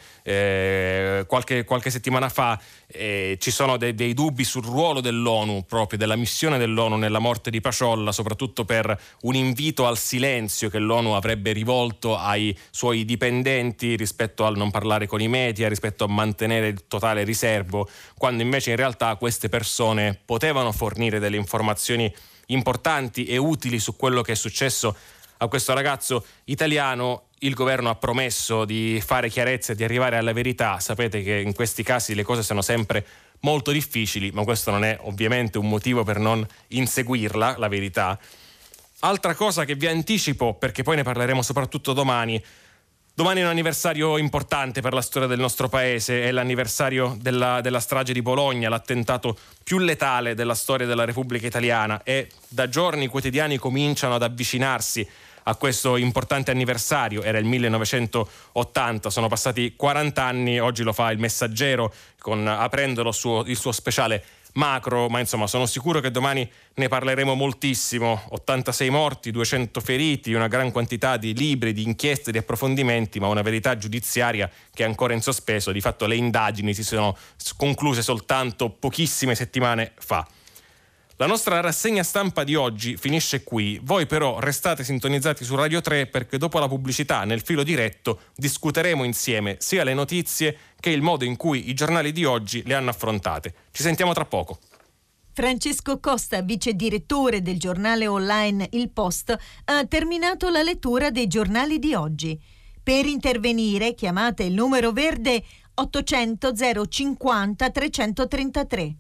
Eh, qualche, qualche settimana fa eh, ci sono de- dei dubbi sul ruolo dell'ONU, proprio della missione dell'ONU nella morte di Paciolla, soprattutto per un invito al silenzio che l'ONU avrebbe rivolto ai suoi dipendenti rispetto al non parlare con i media, rispetto a mantenere il totale riservo, quando invece in realtà queste persone potevano fornire delle informazioni importanti e utili su quello che è successo a questo ragazzo italiano. Il governo ha promesso di fare chiarezza e di arrivare alla verità. Sapete che in questi casi le cose sono sempre molto difficili, ma questo non è ovviamente un motivo per non inseguirla, la verità. Altra cosa che vi anticipo, perché poi ne parleremo soprattutto domani. Domani è un anniversario importante per la storia del nostro paese, è l'anniversario della, della strage di Bologna, l'attentato più letale della storia della Repubblica Italiana, e da giorni i quotidiani cominciano ad avvicinarsi a questo importante anniversario. Era il millenovecentottanta, sono passati quaranta anni, oggi lo fa il Messaggero con, aprendo lo suo, il suo speciale macro, ma insomma sono sicuro che domani ne parleremo moltissimo. ottantasei morti, duecento feriti, una gran quantità di libri, di inchieste, di approfondimenti, ma una verità giudiziaria che è ancora in sospeso. Di fatto le indagini si sono concluse soltanto pochissime settimane fa. La nostra rassegna stampa di oggi finisce qui. Voi però restate sintonizzati su Radio tre, perché dopo la pubblicità, nel filo diretto, discuteremo insieme sia le notizie che il modo in cui i giornali di oggi le hanno affrontate. Ci sentiamo tra poco. Francesco Costa, vice direttore del giornale online Il Post, ha terminato la lettura dei giornali di oggi. Per intervenire chiamate il numero verde ottocento zero cinquanta trecentotrentatré.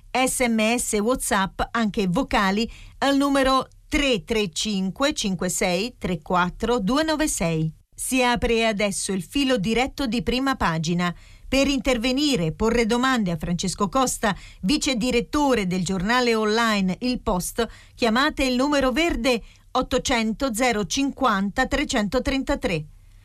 Sms WhatsApp, anche vocali, al numero tre tre cinque cinque sei tre quattro due nove sei. Si apre adesso il filo diretto di Prima Pagina. Per intervenire e porre domande a Francesco Costa, vice direttore del giornale online Il Post, chiamate il numero verde ottocento zero cinquanta trecentotrentatré.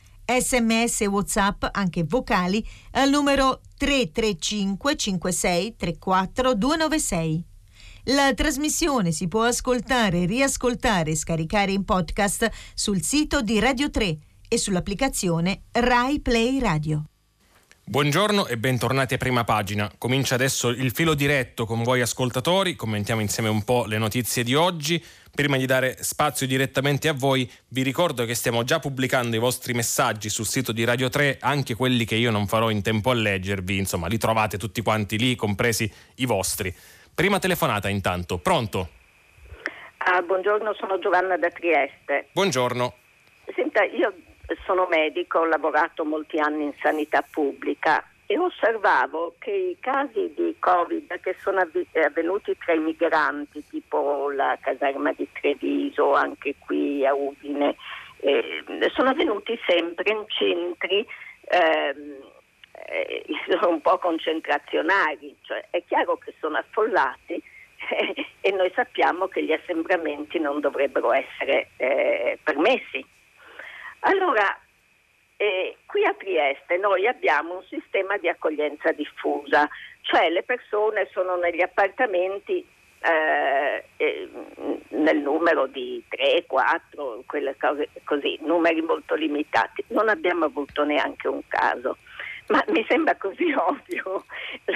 Sms WhatsApp, anche vocali, al numero tre tre cinque cinque sei tre quattro due nove sei. La trasmissione si può ascoltare, riascoltare e scaricare in podcast sul sito di Radio tre e sull'applicazione Rai Play Radio. Buongiorno e bentornati a Prima Pagina. Comincia adesso il filo diretto con voi ascoltatori, commentiamo insieme un po' le notizie di oggi. Prima di dare spazio direttamente a voi, vi ricordo che stiamo già pubblicando i vostri messaggi sul sito di Radio tre, anche quelli che io non farò in tempo a leggervi, insomma li trovate tutti quanti lì, compresi i vostri. Prima telefonata intanto, pronto? Ah, buongiorno, sono Giovanna da Trieste. Buongiorno. Senta, io sono medico, ho lavorato molti anni in sanità pubblica e osservavo che i casi di Covid che sono avvenuti tra i migranti, tipo la caserma di Treviso, anche qui a Udine, eh, sono avvenuti sempre in centri eh, eh, sono un po' concentrazionali, cioè è chiaro che sono affollati eh, e noi sappiamo che gli assembramenti non dovrebbero essere eh, permessi. Allora, eh, qui a Trieste noi abbiamo un sistema di accoglienza diffusa, cioè le persone sono negli appartamenti eh, eh, nel numero di tre, quattro, quelle cose così, numeri molto limitati. Non abbiamo avuto neanche un caso, ma mi sembra così ovvio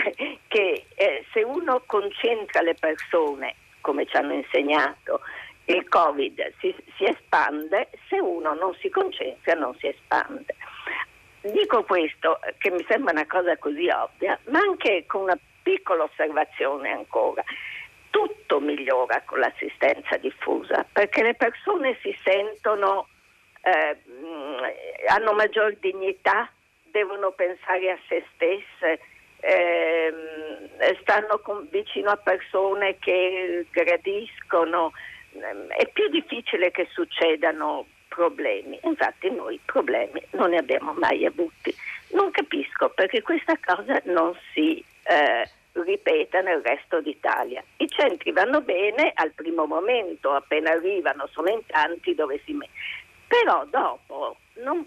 che eh, se uno concentra le persone, come ci hanno insegnato, il Covid si, si espande, se uno non si concentra non si espande. Dico questo che mi sembra una cosa così ovvia, ma anche con una piccola osservazione ancora. Tutto migliora con l'assistenza diffusa, perché le persone si sentono, eh, hanno maggior dignità, devono pensare a se stesse, eh, stanno con, vicino a persone che gradiscono, è più difficile che succedano problemi. Infatti noi problemi non ne abbiamo mai avuti. Non capisco perché questa cosa non si eh, ripeta nel resto d'Italia. I centri vanno bene al primo momento, appena arrivano sono in tanti dove si mettono, però dopo non,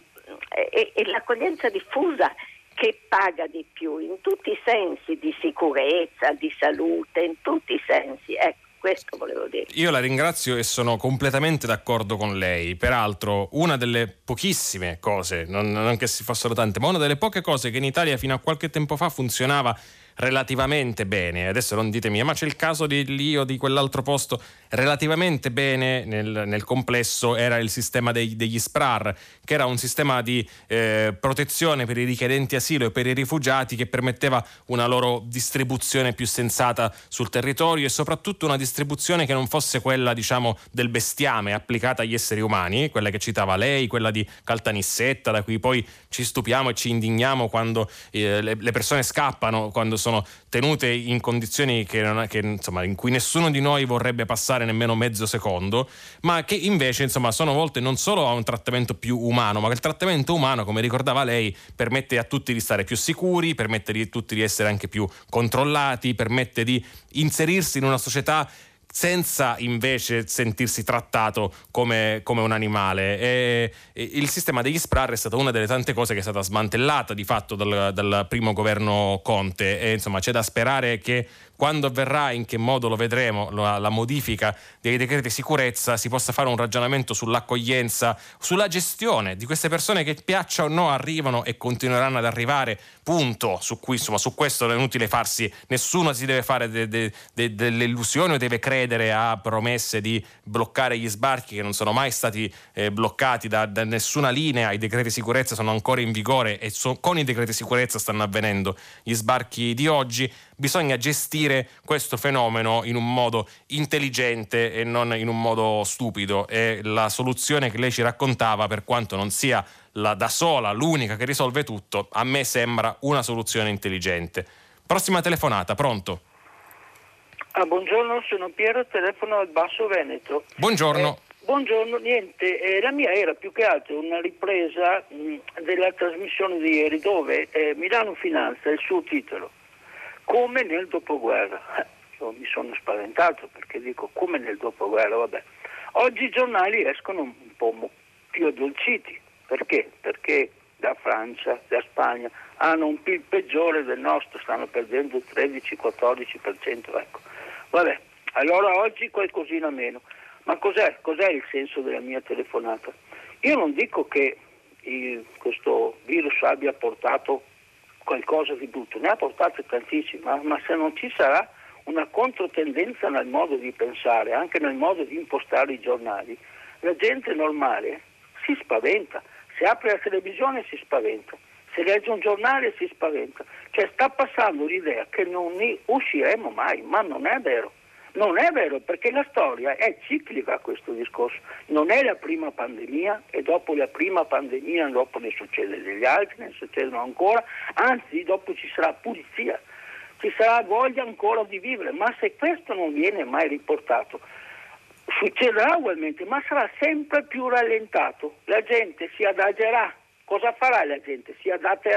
è, è l'accoglienza diffusa che paga di più in tutti i sensi, di sicurezza, di salute, in tutti i sensi. Ecco, questo volevo dire. Io la ringrazio e sono completamente d'accordo con lei. Peraltro, una delle pochissime cose, non, non che si fossero tante, ma una delle poche cose che in Italia fino a qualche tempo fa funzionava relativamente bene, adesso non ditemi ma c'è il caso di lì o di quell'altro posto, relativamente bene nel, nel complesso era il sistema dei, degli S P R A R, che era un sistema di eh, protezione per i richiedenti asilo e per i rifugiati che permetteva una loro distribuzione più sensata sul territorio e soprattutto una distribuzione che non fosse quella, diciamo, del bestiame applicata agli esseri umani, quella che citava lei, quella di Caltanissetta, da cui poi ci stupiamo e ci indigniamo quando eh, le, le persone scappano, quando sono tenute in condizioni che, non, che insomma in cui nessuno di noi vorrebbe passare nemmeno mezzo secondo, ma che invece insomma sono volte non solo a un trattamento più umano, ma che il trattamento umano, come ricordava lei, permette a tutti di stare più sicuri, permette a tutti di essere anche più controllati, permette di inserirsi in una società senza invece sentirsi trattato come, come un animale. E, e il sistema degli S P R A R è stata una delle tante cose che è stata smantellata di fatto dal, dal primo governo Conte e insomma c'è da sperare che quando avverrà, in che modo lo vedremo, la, la modifica dei decreti sicurezza, si possa fare un ragionamento sull'accoglienza, sulla gestione di queste persone che piaccia o no arrivano e continueranno ad arrivare, punto. Su cui insomma su questo è inutile farsi, nessuno si deve fare de, de, de, delle illusioni o deve credere a promesse di bloccare gli sbarchi che non sono mai stati eh, bloccati da, da nessuna linea. I decreti sicurezza sono ancora in vigore e so, con i decreti sicurezza stanno avvenendo gli sbarchi di oggi. Bisogna gestire questo fenomeno in un modo intelligente e non in un modo stupido e la soluzione che lei ci raccontava, per quanto non sia la da sola l'unica che risolve tutto, a me sembra una soluzione intelligente. Prossima telefonata, pronto? Ah, buongiorno, sono Piero, telefono al Basso Veneto. Buongiorno. Eh, buongiorno, niente, eh, la mia era più che altro una ripresa mh, della trasmissione di ieri dove eh, Milano Finanza, il suo titolo, come nel dopoguerra. Io mi sono spaventato perché dico come nel dopoguerra, vabbè. Oggi i giornali escono un po' più addolciti. Perché? Perché da Francia, da Spagna hanno un P I L peggiore del nostro, stanno perdendo il tredici quattordici per cento, ecco. Vabbè, allora oggi qualcosina meno. Ma cos'è? Cos'è il senso della mia telefonata? Io non dico che il, questo virus abbia portato qualcosa di brutto, ne ha portate tantissime, ma, ma se non ci sarà una controtendenza nel modo di pensare, anche nel modo di impostare i giornali, la gente normale si spaventa, se apre la televisione si spaventa, se legge un giornale si spaventa, cioè sta passando l'idea che non ne usciremo mai, ma non è vero. Non è vero, perché la storia è ciclica, questo discorso. Non è la prima pandemia e dopo la prima pandemia dopo ne succede degli altri, ne succedono ancora, anzi dopo ci sarà pulizia, ci sarà voglia ancora di vivere, ma se questo non viene mai riportato succederà ugualmente, ma sarà sempre più rallentato. La gente si adagerà. Cosa farà la gente? Si adatterà.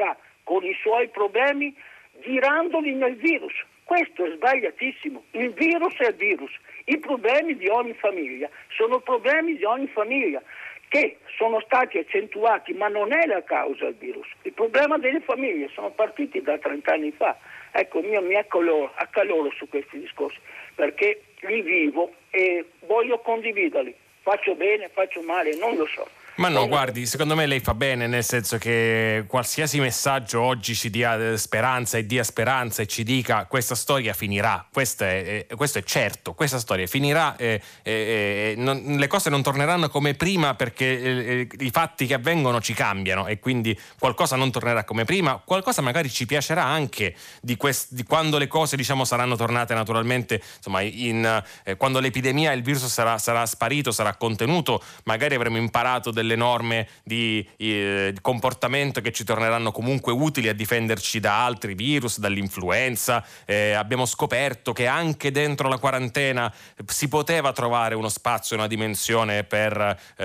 con i suoi problemi girandoli nel virus. Questo è sbagliatissimo. Il virus è il virus. I problemi di ogni famiglia sono problemi di ogni famiglia che sono stati accentuati, ma non è la causa il virus. Il problema delle famiglie sono partiti da trent'anni fa. Ecco, io mi accaloro, accaloro su questi discorsi perché li vivo e voglio condividerli. Faccio bene, faccio male, non lo so. Ma no, guardi, secondo me lei fa bene, nel senso che qualsiasi messaggio oggi ci dia speranza e dia speranza e ci dica questa storia finirà, questo è, questo è certo, questa storia finirà, e, e, e non, le cose non torneranno come prima perché e, i fatti che avvengono ci cambiano e quindi qualcosa non tornerà come prima, qualcosa magari ci piacerà anche di, quest, di quando le cose, diciamo, saranno tornate naturalmente, insomma, in, eh, quando l'epidemia e il virus sarà, sarà sparito, sarà contenuto, magari avremo imparato delle le norme di, eh, di comportamento che ci torneranno comunque utili a difenderci da altri virus, dall'influenza. Eh, abbiamo scoperto che anche dentro la quarantena si poteva trovare uno spazio, una dimensione per,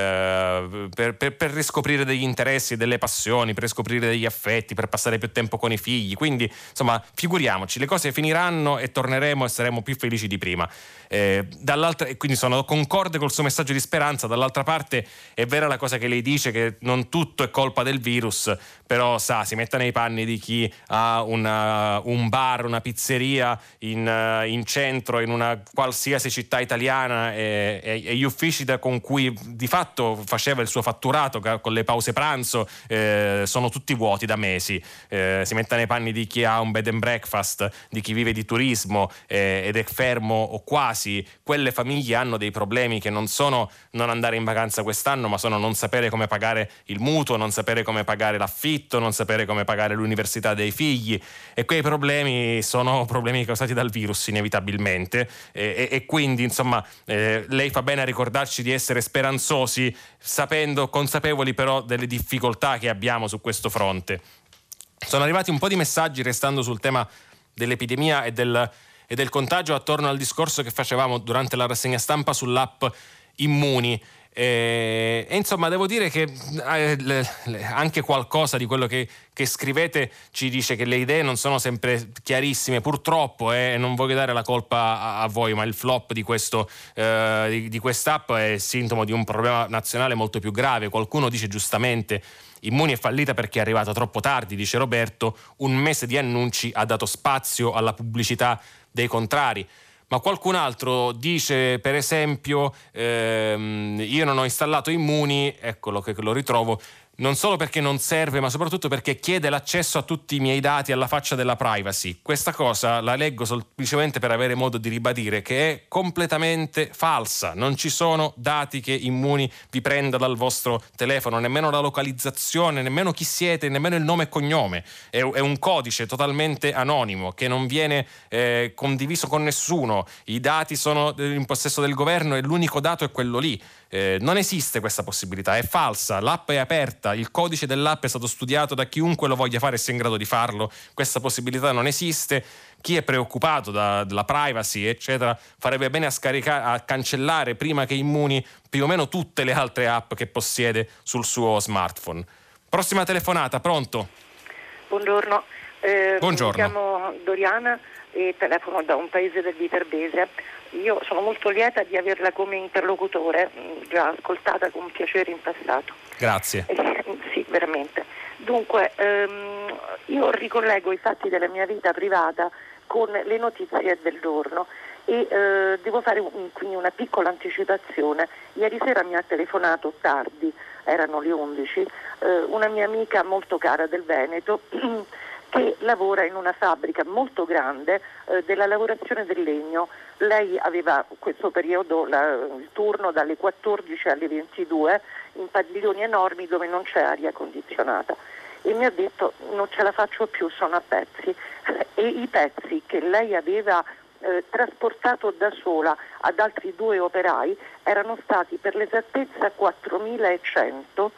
eh, per, per, per riscoprire degli interessi, delle passioni, per riscoprire degli affetti, per passare più tempo con i figli. Quindi, insomma, figuriamoci, le cose finiranno e torneremo e saremo più felici di prima. Eh, dall'altra, e quindi sono concorde col suo messaggio di speranza. Dall'altra parte è vera la cosa che lei dice, che non tutto è colpa del virus, però sa, si metta nei panni di chi ha una, un bar, una pizzeria in, in centro, in una qualsiasi città italiana e, e, e gli uffici da, con cui di fatto faceva il suo fatturato con le pause pranzo eh, sono tutti vuoti da mesi. Eh, si metta nei panni di chi ha un bed and breakfast, di chi vive di turismo eh, ed è fermo o quasi. Quelle famiglie hanno dei problemi che non sono non andare in vacanza quest'anno, ma sono non sapere come pagare il mutuo, non sapere come pagare l'affitto, non sapere come pagare l'università dei figli, e quei problemi sono problemi causati dal virus inevitabilmente e, e, e quindi insomma eh, lei fa bene a ricordarci di essere speranzosi, sapendo, consapevoli però delle difficoltà che abbiamo su questo fronte. Sono arrivati un po' di messaggi restando sul tema dell'epidemia e del, e del contagio attorno al discorso che facevamo durante la rassegna stampa sull'app Immuni. E, e insomma devo dire che eh, le, le, anche qualcosa di quello che, che scrivete ci dice che le idee non sono sempre chiarissime, purtroppo, e eh, non voglio dare la colpa a, a voi, ma il flop di questo eh, di, di quest'app è sintomo di un problema nazionale molto più grave. Qualcuno dice giustamente: Immuni è fallita perché è arrivata troppo tardi, dice Roberto, un mese di annunci ha dato spazio alla pubblicità dei contrari. Ma qualcun altro dice, per esempio, ehm, io non ho installato Immuni, eccolo che lo ritrovo, non solo perché non serve, ma soprattutto perché chiede l'accesso a tutti i miei dati alla faccia della privacy. Questa cosa la leggo semplicemente per avere modo di ribadire che è completamente falsa. Non ci sono dati che Immuni vi prenda dal vostro telefono, nemmeno la localizzazione, nemmeno chi siete, nemmeno il nome e cognome. È, è un codice totalmente anonimo che non viene eh, condiviso con nessuno. I dati sono in possesso del governo e l'unico dato è quello lì. Eh, non esiste questa possibilità, è falsa, l'app è aperta, il codice dell'app è stato studiato da chiunque lo voglia fare e sia in grado di farlo, questa possibilità non esiste. Chi è preoccupato da, della privacy eccetera farebbe bene a scaricare, a cancellare prima che Immuni più o meno tutte le altre app che possiede sul suo smartphone. Prossima telefonata, pronto? Buongiorno, eh, Buongiorno. Mi chiamo Doriana e telefono da un paese del Viterbese. Io sono molto lieta di averla come interlocutore, già ascoltata con piacere in passato. Grazie. Eh, sì, veramente. Dunque, ehm, io ricollego i fatti della mia vita privata con le notizie del giorno e eh, devo fare un, quindi una piccola anticipazione. Ieri sera mi ha telefonato tardi, erano le undici, eh, una mia amica molto cara del Veneto che lavora in una fabbrica molto grande eh, della lavorazione del legno. Lei aveva questo periodo la, il turno dalle quattordici alle ventidue in padiglioni enormi dove non c'è aria condizionata e mi ha detto: non ce la faccio più, sono a pezzi. E i pezzi che lei aveva eh, trasportato da sola ad altri due operai erano stati per l'esattezza quattromilacento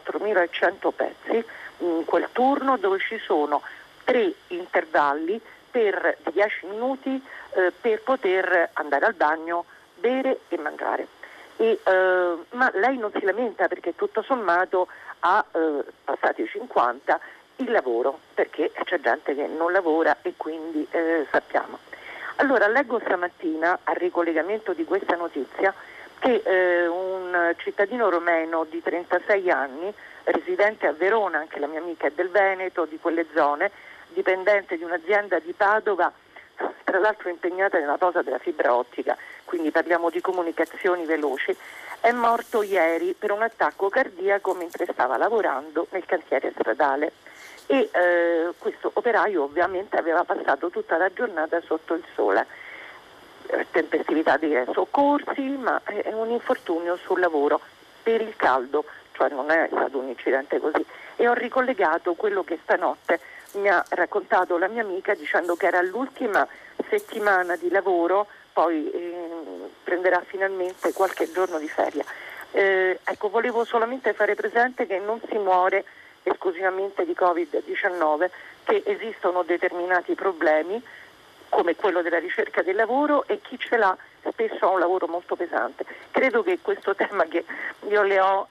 pezzi in quel turno, dove ci sono tre intervalli per dieci minuti eh, per poter andare al bagno, bere e mangiare. E, eh, ma lei non si lamenta perché tutto sommato ha eh, passati i cinquanta il lavoro, perché c'è gente che non lavora e quindi eh, sappiamo. Allora leggo stamattina, al ricollegamento di questa notizia, che eh, un cittadino romeno di trentasei anni, residente a Verona, anche la mia amica è del Veneto, di quelle zone, dipendente di un'azienda di Padova, tra l'altro impegnata nella posa della fibra ottica, quindi parliamo di comunicazioni veloci, è morto ieri per un attacco cardiaco mentre stava lavorando nel cantiere stradale. E eh, questo operaio ovviamente aveva passato tutta la giornata sotto il sole, eh, tempestività dei soccorsi, ma è un infortunio sul lavoro per il caldo, cioè non è stato un incidente così. E ho ricollegato quello che stanotte mi ha raccontato la mia amica dicendo che era l'ultima settimana di lavoro, poi eh, prenderà finalmente qualche giorno di ferie. Eh, ecco, volevo solamente fare presente che non si muore esclusivamente di covid diciannove, che esistono determinati problemi come quello della ricerca del lavoro e chi ce l'ha spesso ha un lavoro molto pesante. Credo che questo tema che io le ho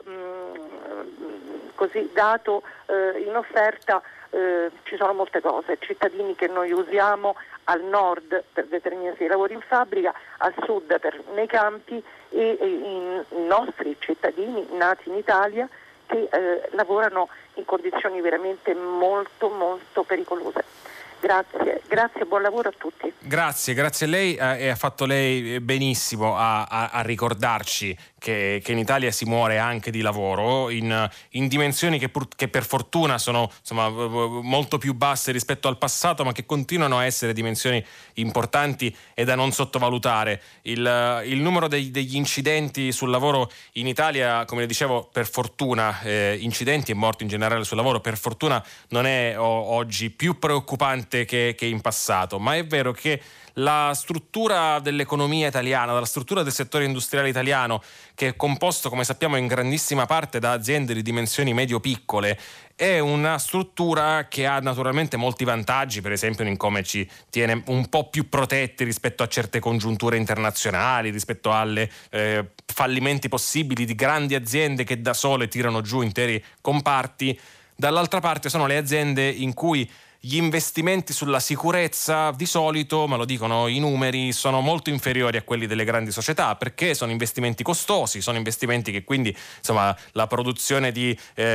mh, così dato eh, in offerta, eh, ci sono molte cose, cittadini che noi usiamo al nord per determinati lavori in fabbrica, al sud per, nei campi e, e in, i nostri cittadini nati in Italia che eh, lavorano in condizioni veramente molto molto pericolose. Grazie, grazie, buon lavoro a tutti. Grazie, grazie a lei eh, e ha fatto lei benissimo a, a, a ricordarci che, che in Italia si muore anche di lavoro in, in dimensioni che, pur, che per fortuna sono insomma, molto più basse rispetto al passato, ma che continuano a essere dimensioni importanti e da non sottovalutare. Il, il numero dei, degli incidenti sul lavoro in Italia, come le dicevo, per fortuna, eh, incidenti e morti in generale sul lavoro, per fortuna non è o, oggi più preoccupante Che, che in passato, ma è vero che la struttura dell'economia italiana, la struttura del settore industriale italiano, che è composto, come sappiamo, in grandissima parte da aziende di dimensioni medio-piccole, è una struttura che ha naturalmente molti vantaggi, per esempio in come ci tiene un po' più protetti rispetto a certe congiunture internazionali, rispetto alle eh, fallimenti possibili di grandi aziende che da sole tirano giù interi comparti. Dall'altra parte sono le aziende in cui gli investimenti sulla sicurezza di solito, me lo dicono i numeri, sono molto inferiori a quelli delle grandi società, perché sono investimenti costosi, sono investimenti che quindi insomma la produzione di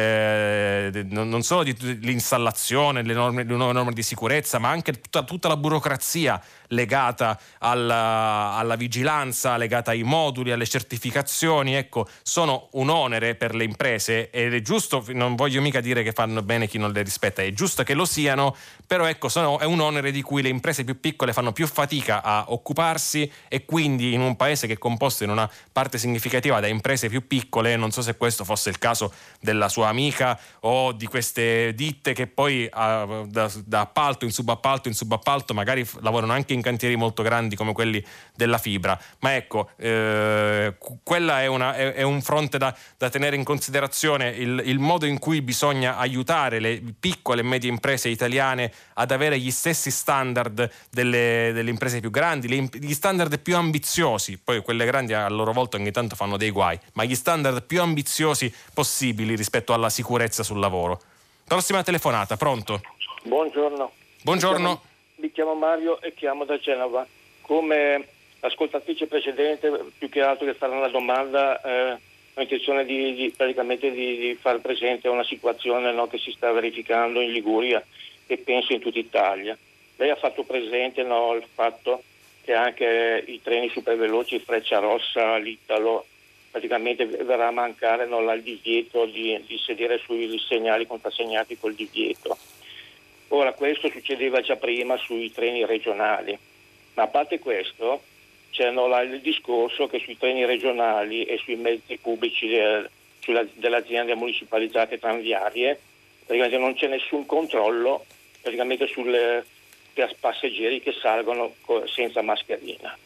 eh, non solo di, di l'installazione, le norme, le nuove norme di sicurezza, ma anche tutta, tutta la burocrazia legata alla, alla vigilanza, legata ai moduli, alle certificazioni, ecco, sono un onere per le imprese ed è giusto, non voglio mica dire che fanno bene chi non le rispetta, è giusto che lo siano, però ecco, sono, è un onere di cui le imprese più piccole fanno più fatica a occuparsi e quindi in un paese che è composto in una parte significativa da imprese più piccole, non so se questo fosse il caso della sua amica o di queste ditte che poi uh, da, da appalto in subappalto in subappalto magari f- lavorano anche in cantieri molto grandi come quelli della fibra, ma ecco eh, quella è, una, è, è un fronte da, da tenere in considerazione, il, il modo in cui bisogna aiutare le piccole e medie imprese italiane ad avere gli stessi standard delle, delle imprese più grandi, le, gli standard più ambiziosi, poi quelle grandi a loro volta ogni tanto fanno dei guai, ma gli standard più ambiziosi possibili rispetto alla sicurezza sul lavoro. Prossima telefonata, pronto? Buongiorno. Buongiorno. Mi chiamo Mario e chiamo da Genova. Come ascoltatrice precedente, più che altro che fare una domanda, eh, ho intenzione di, di praticamente di, di far presente una situazione, no, che si sta verificando in Liguria e penso in tutta Italia. Lei ha fatto presente, no, il fatto che anche i treni superveloci Frecciarossa, l'Italo, praticamente verrà a mancare, no, il divieto di, di sedere sui segnali contrassegnati col divieto. Ora, questo succedeva già prima sui treni regionali, ma a parte questo c'è, no, la, il discorso che sui treni regionali e sui mezzi pubblici de, sulla, delle aziende municipalizzate tranviarie praticamente non c'è nessun controllo praticamente sulle per passeggeri che salgono senza mascherina.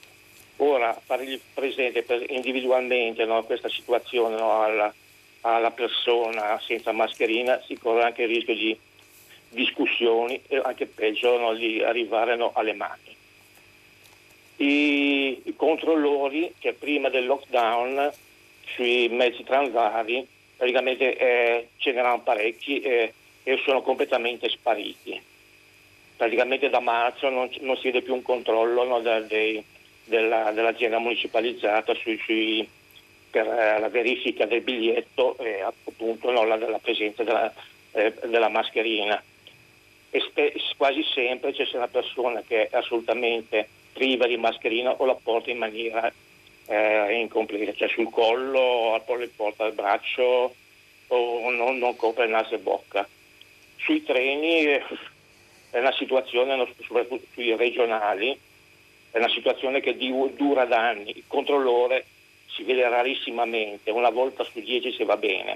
Ora, fargli presente per, individualmente, no, questa situazione, no, alla, alla persona senza mascherina si corre anche il rischio di discussioni e anche peggio, no, di arrivare, no, alle mani. I, I controllori che prima del lockdown sui mezzi tranviari praticamente eh, ce n'erano parecchi e e sono completamente spariti. Praticamente da marzo non, non si vede più un controllo, no, da, dei, della, dell'azienda municipalizzata sui, sui, per eh, la verifica del biglietto e appunto no, la, la presenza della, eh, della mascherina. E spe- quasi sempre c'è una persona che è assolutamente priva di mascherina o la porta in maniera eh, incompleta, cioè sul collo, o porta al braccio o non, non copre naso e bocca. Sui treni eh, è una situazione, soprattutto sui regionali, è una situazione che dura da anni. Il controllore si vede rarissimamente, una volta su dieci se va bene.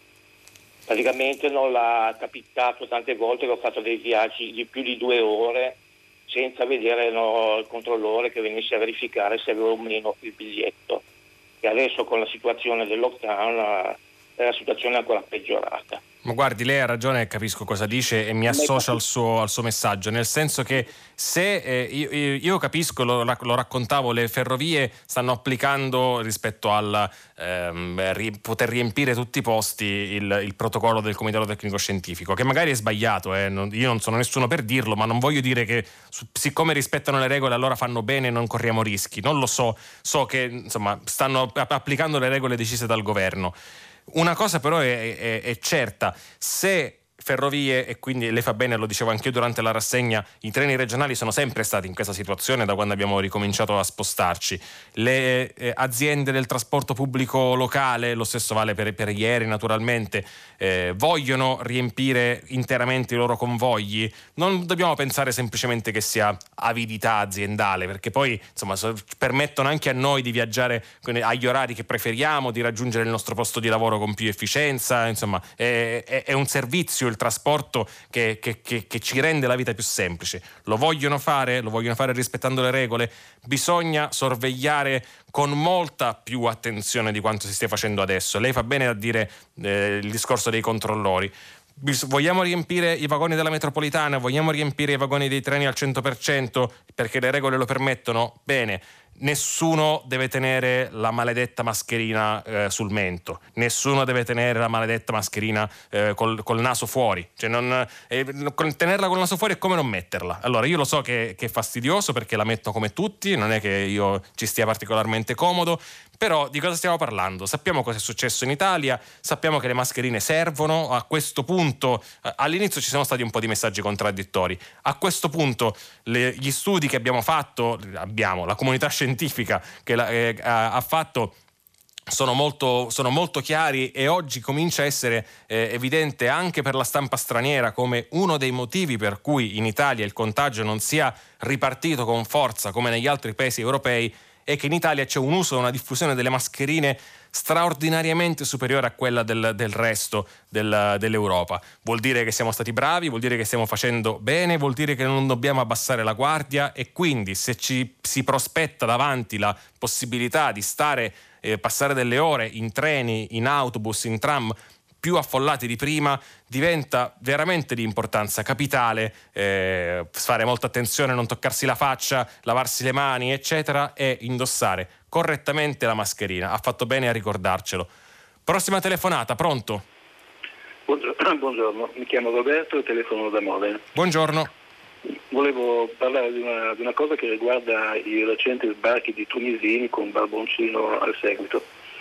Praticamente non l'ha capitato tante volte che ho fatto dei viaggi di più di due ore senza vedere no, il controllore che venisse a verificare se avevo o meno il biglietto. E adesso con la situazione del lockdown è la situazione ancora peggiorata. Ma guardi, lei ha ragione, capisco cosa dice e mi associo al suo, al suo messaggio, nel senso che se eh, io, io capisco, lo, lo raccontavo, le ferrovie stanno applicando rispetto al ehm, ri, poter riempire tutti i posti il, il protocollo del Comitato Tecnico Scientifico, che magari è sbagliato, eh, non, io non sono nessuno per dirlo, ma non voglio dire che su, siccome rispettano le regole allora fanno bene e non corriamo rischi, non lo so, so che insomma stanno applicando le regole decise dal governo. Una cosa però è, è, è certa, se Ferrovie, e quindi lei fa bene, lo dicevo anche io durante la rassegna, i treni regionali sono sempre stati in questa situazione da quando abbiamo ricominciato a spostarci. Le eh, aziende del trasporto pubblico locale, lo stesso vale per, per ieri naturalmente, eh, vogliono riempire interamente i loro convogli. Non dobbiamo pensare semplicemente che sia avidità aziendale, perché poi insomma so, permettono anche a noi di viaggiare agli orari che preferiamo, di raggiungere il nostro posto di lavoro con più efficienza, insomma è, è, è un servizio il trasporto che, che, che, che ci rende la vita più semplice. Lo vogliono fare? Lo vogliono fare rispettando le regole? Bisogna sorvegliare con molta più attenzione di quanto si stia facendo adesso. Lei fa bene a dire eh, il discorso dei controllori. Vogliamo riempire i vagoni della metropolitana? Vogliamo riempire i vagoni dei treni al cento per cento perché le regole lo permettono? Bene. Nessuno deve tenere la maledetta mascherina eh, sul mento, nessuno deve tenere la maledetta mascherina eh, col, col naso fuori, cioè non, eh, tenerla col naso fuori è come non metterla. Allora io lo so che, che è fastidioso perché la metto come tutti, non è che io ci stia particolarmente comodo, però di cosa stiamo parlando? Sappiamo cosa è successo in Italia, sappiamo che le mascherine servono, a questo punto all'inizio ci sono stati un po' di messaggi contraddittori, a questo punto le, gli studi che abbiamo fatto, abbiamo la comunità scientifica che la, eh, ha fatto sono molto, sono molto chiari e oggi comincia a essere eh, evidente anche per la stampa straniera come uno dei motivi per cui in Italia il contagio non sia ripartito con forza come negli altri paesi europei è che in Italia c'è un uso e una diffusione delle mascherine straordinariamente superiore a quella del, del resto del, dell'Europa. Vuol dire che siamo stati bravi, vuol dire che stiamo facendo bene, vuol dire che non dobbiamo abbassare la guardia e quindi se ci si prospetta davanti la possibilità di stare, eh, passare delle ore in treni, in autobus, in tram più affollati di prima, diventa veramente di importanza capitale eh, fare molta attenzione, non toccarsi la faccia, lavarsi le mani, eccetera, e indossare correttamente la mascherina. Ha fatto bene a ricordarcelo. Prossima telefonata, pronto? Buongiorno, mi chiamo Roberto e telefono da Modena. Buongiorno. Volevo parlare di una, di una cosa che riguarda i recenti sbarchi di tunisini con barboncino al seguito.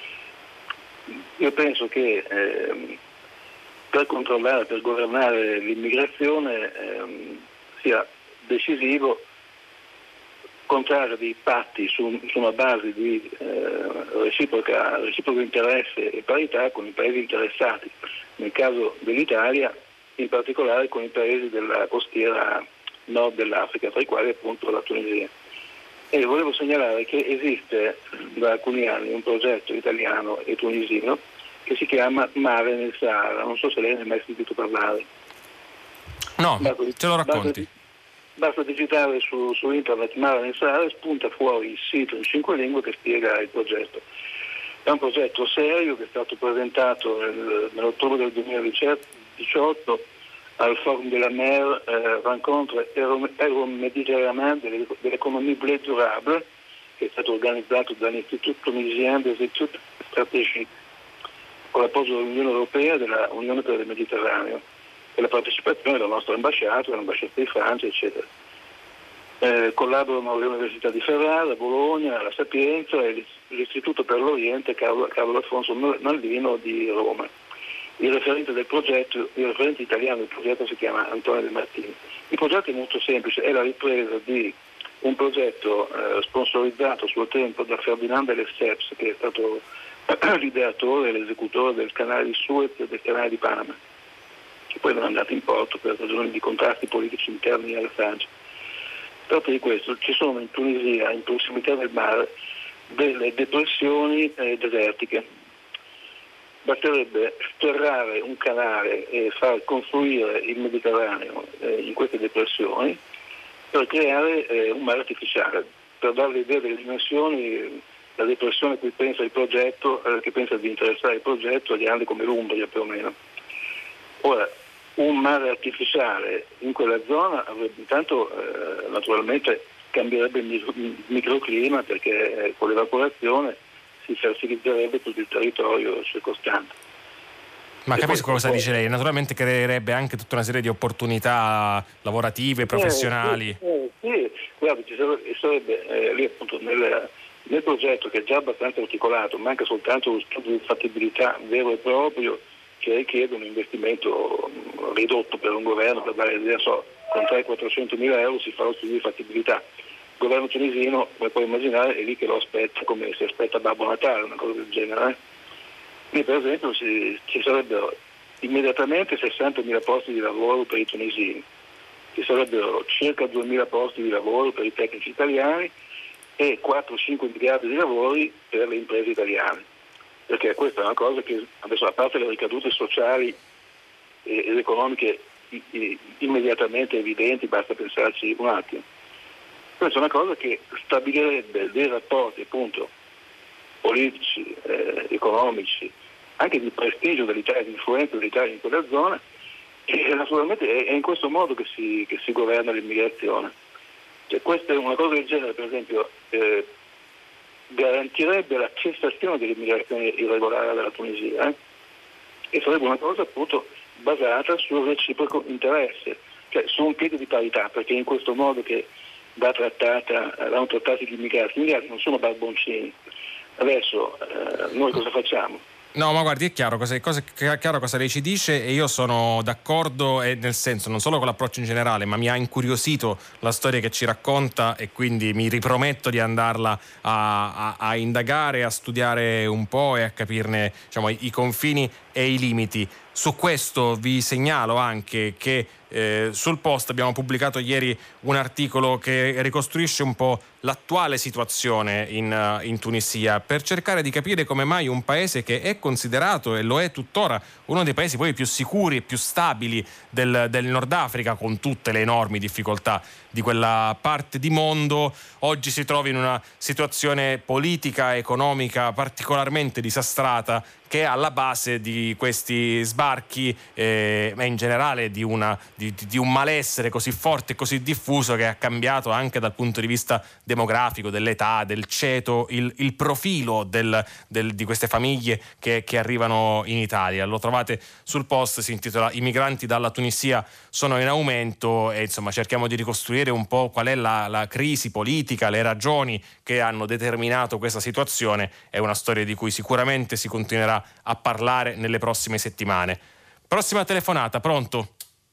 Io penso che eh, per controllare, per governare l'immigrazione eh, sia decisivo contrarre dei patti su, su una base di eh, reciproca, reciproco interesse e parità con i paesi interessati, nel caso dell'Italia in particolare con i paesi della costiera nord dell'Africa, tra i quali appunto la Tunisia. E volevo segnalare che esiste da alcuni anni un progetto italiano e tunisino che si chiama Mare nel Sahara, non so se lei ne ha mai sentito parlare. No, basta, ce lo racconti. Basta, basta digitare su, su internet Mare nel Sahara e spunta fuori il sito in cinque lingue che spiega il progetto. È un progetto serio che è stato presentato nel, nell'ottobre del duemiladiciotto al Forum de la Mer, eh, rencontre euro-méditerranée de l'économie bleue durable, che è stato organizzato dall'Istituto Tunisien des Études Stratégiques, con l'appoggio dell'Unione Europea e dell'Unione per il Mediterraneo. e la partecipazione della nostra ambasciata, dell'ambasciata di Francia, eccetera. Eh, collaborano le università di Ferrara, Bologna, la Sapienza e l'Istituto per l'Oriente Carlo, Carlo Alfonso Maldino di Roma. Il referente del progetto, il referente italiano del progetto si chiama Antonio De Martini. Il progetto è molto semplice, è la ripresa di un progetto eh, sponsorizzato a suo tempo da Ferdinando Lesseps, che è stato l'ideatore e l'esecutore del canale di Suez e del canale di Panama, che poi non è andato in porto per ragioni di contrasti politici interni alla Francia. Proprio di questo ci sono in Tunisia, in prossimità del mare, delle depressioni eh, desertiche. Basterebbe sterrare un canale e far confluire il Mediterraneo eh, in queste depressioni per creare eh, un mare artificiale, per dare l'idea delle dimensioni. La depressione a cui pensa il progetto, eh, che pensa di interessare il progetto, è grande come l'Umbria più o meno. Ora, un mare artificiale in quella zona avrebbe intanto eh, naturalmente cambierebbe il microclima, perché con l'evaporazione si fertilizzerebbe tutto il territorio circostante. Ma e capisco poi, cosa poi, dice lei, naturalmente creerebbe anche tutta una serie di opportunità lavorative, professionali. Eh, sì, eh, sì, guarda, ci sarebbe, sarebbe eh, lì appunto nel, nel progetto, che è già abbastanza articolato, manca soltanto lo studio di fattibilità vero e proprio, che richiede un investimento ridotto per un governo, per dare l'idea, so, con trecento-quattrocento mila euro si fa lo studio di fattibilità. Il governo tunisino, come puoi immaginare, è lì che lo aspetta come si aspetta Babbo Natale, una cosa del genere. Eh? Quindi per esempio ci, ci sarebbero immediatamente sessantamila posti di lavoro per i tunisini, ci sarebbero circa duemila posti di lavoro per i tecnici italiani e quattro-cinque miliardi di lavori per le imprese italiane. Perché questa è una cosa che, adesso a parte le ricadute sociali ed economiche immediatamente evidenti, basta pensarci un attimo, questa è una cosa che stabilirebbe dei rapporti appunto politici, eh, economici, anche di prestigio dell'Italia, di influenza dell'Italia in quella zona, e naturalmente è in questo modo che si, che si governa l'immigrazione. Cioè, questa è una cosa del genere, per esempio, eh, garantirebbe la cessazione dell'immigrazione irregolare dalla Tunisia eh? e sarebbe una cosa appunto basata sul reciproco interesse, cioè su un piede di parità, perché in questo modo che va trattata, vanno trattati gli immigrati, gli immigrati non sono barboncini. Adesso eh, noi cosa facciamo? No, ma guardi, è chiaro cosa, cosa, è chiaro cosa lei ci dice, e io sono d'accordo, e nel senso non solo con l'approccio in generale, ma mi ha incuriosito la storia che ci racconta, e quindi mi riprometto di andarla a, a, a indagare, a studiare un po' e a capirne, diciamo, i, i confini e i limiti. Su questo vi segnalo anche che eh, sul Post abbiamo pubblicato ieri un articolo che ricostruisce un po' l'attuale situazione in, in Tunisia, per cercare di capire come mai un paese che è considerato, e lo è tuttora, uno dei paesi poi più sicuri e più stabili del, del Nord Africa, con tutte le enormi difficoltà di quella parte di mondo, oggi si trovi in una situazione politica e economica particolarmente disastrata, che è alla base di questi sbarchi eh, e in generale di, una, di, di un malessere così forte e così diffuso, che ha cambiato anche dal punto di vista demografico, dell'età, del ceto, il, il profilo del, del, di queste famiglie che, che arrivano in Italia. Lo trovate sul Post, si intitola "I migranti dalla Tunisia sono in aumento", e insomma cerchiamo di ricostruire un po' qual è la, la crisi politica, le ragioni che hanno determinato questa situazione. È una storia di cui sicuramente si continuerà a parlare nelle prossime settimane. Prossima telefonata, pronto?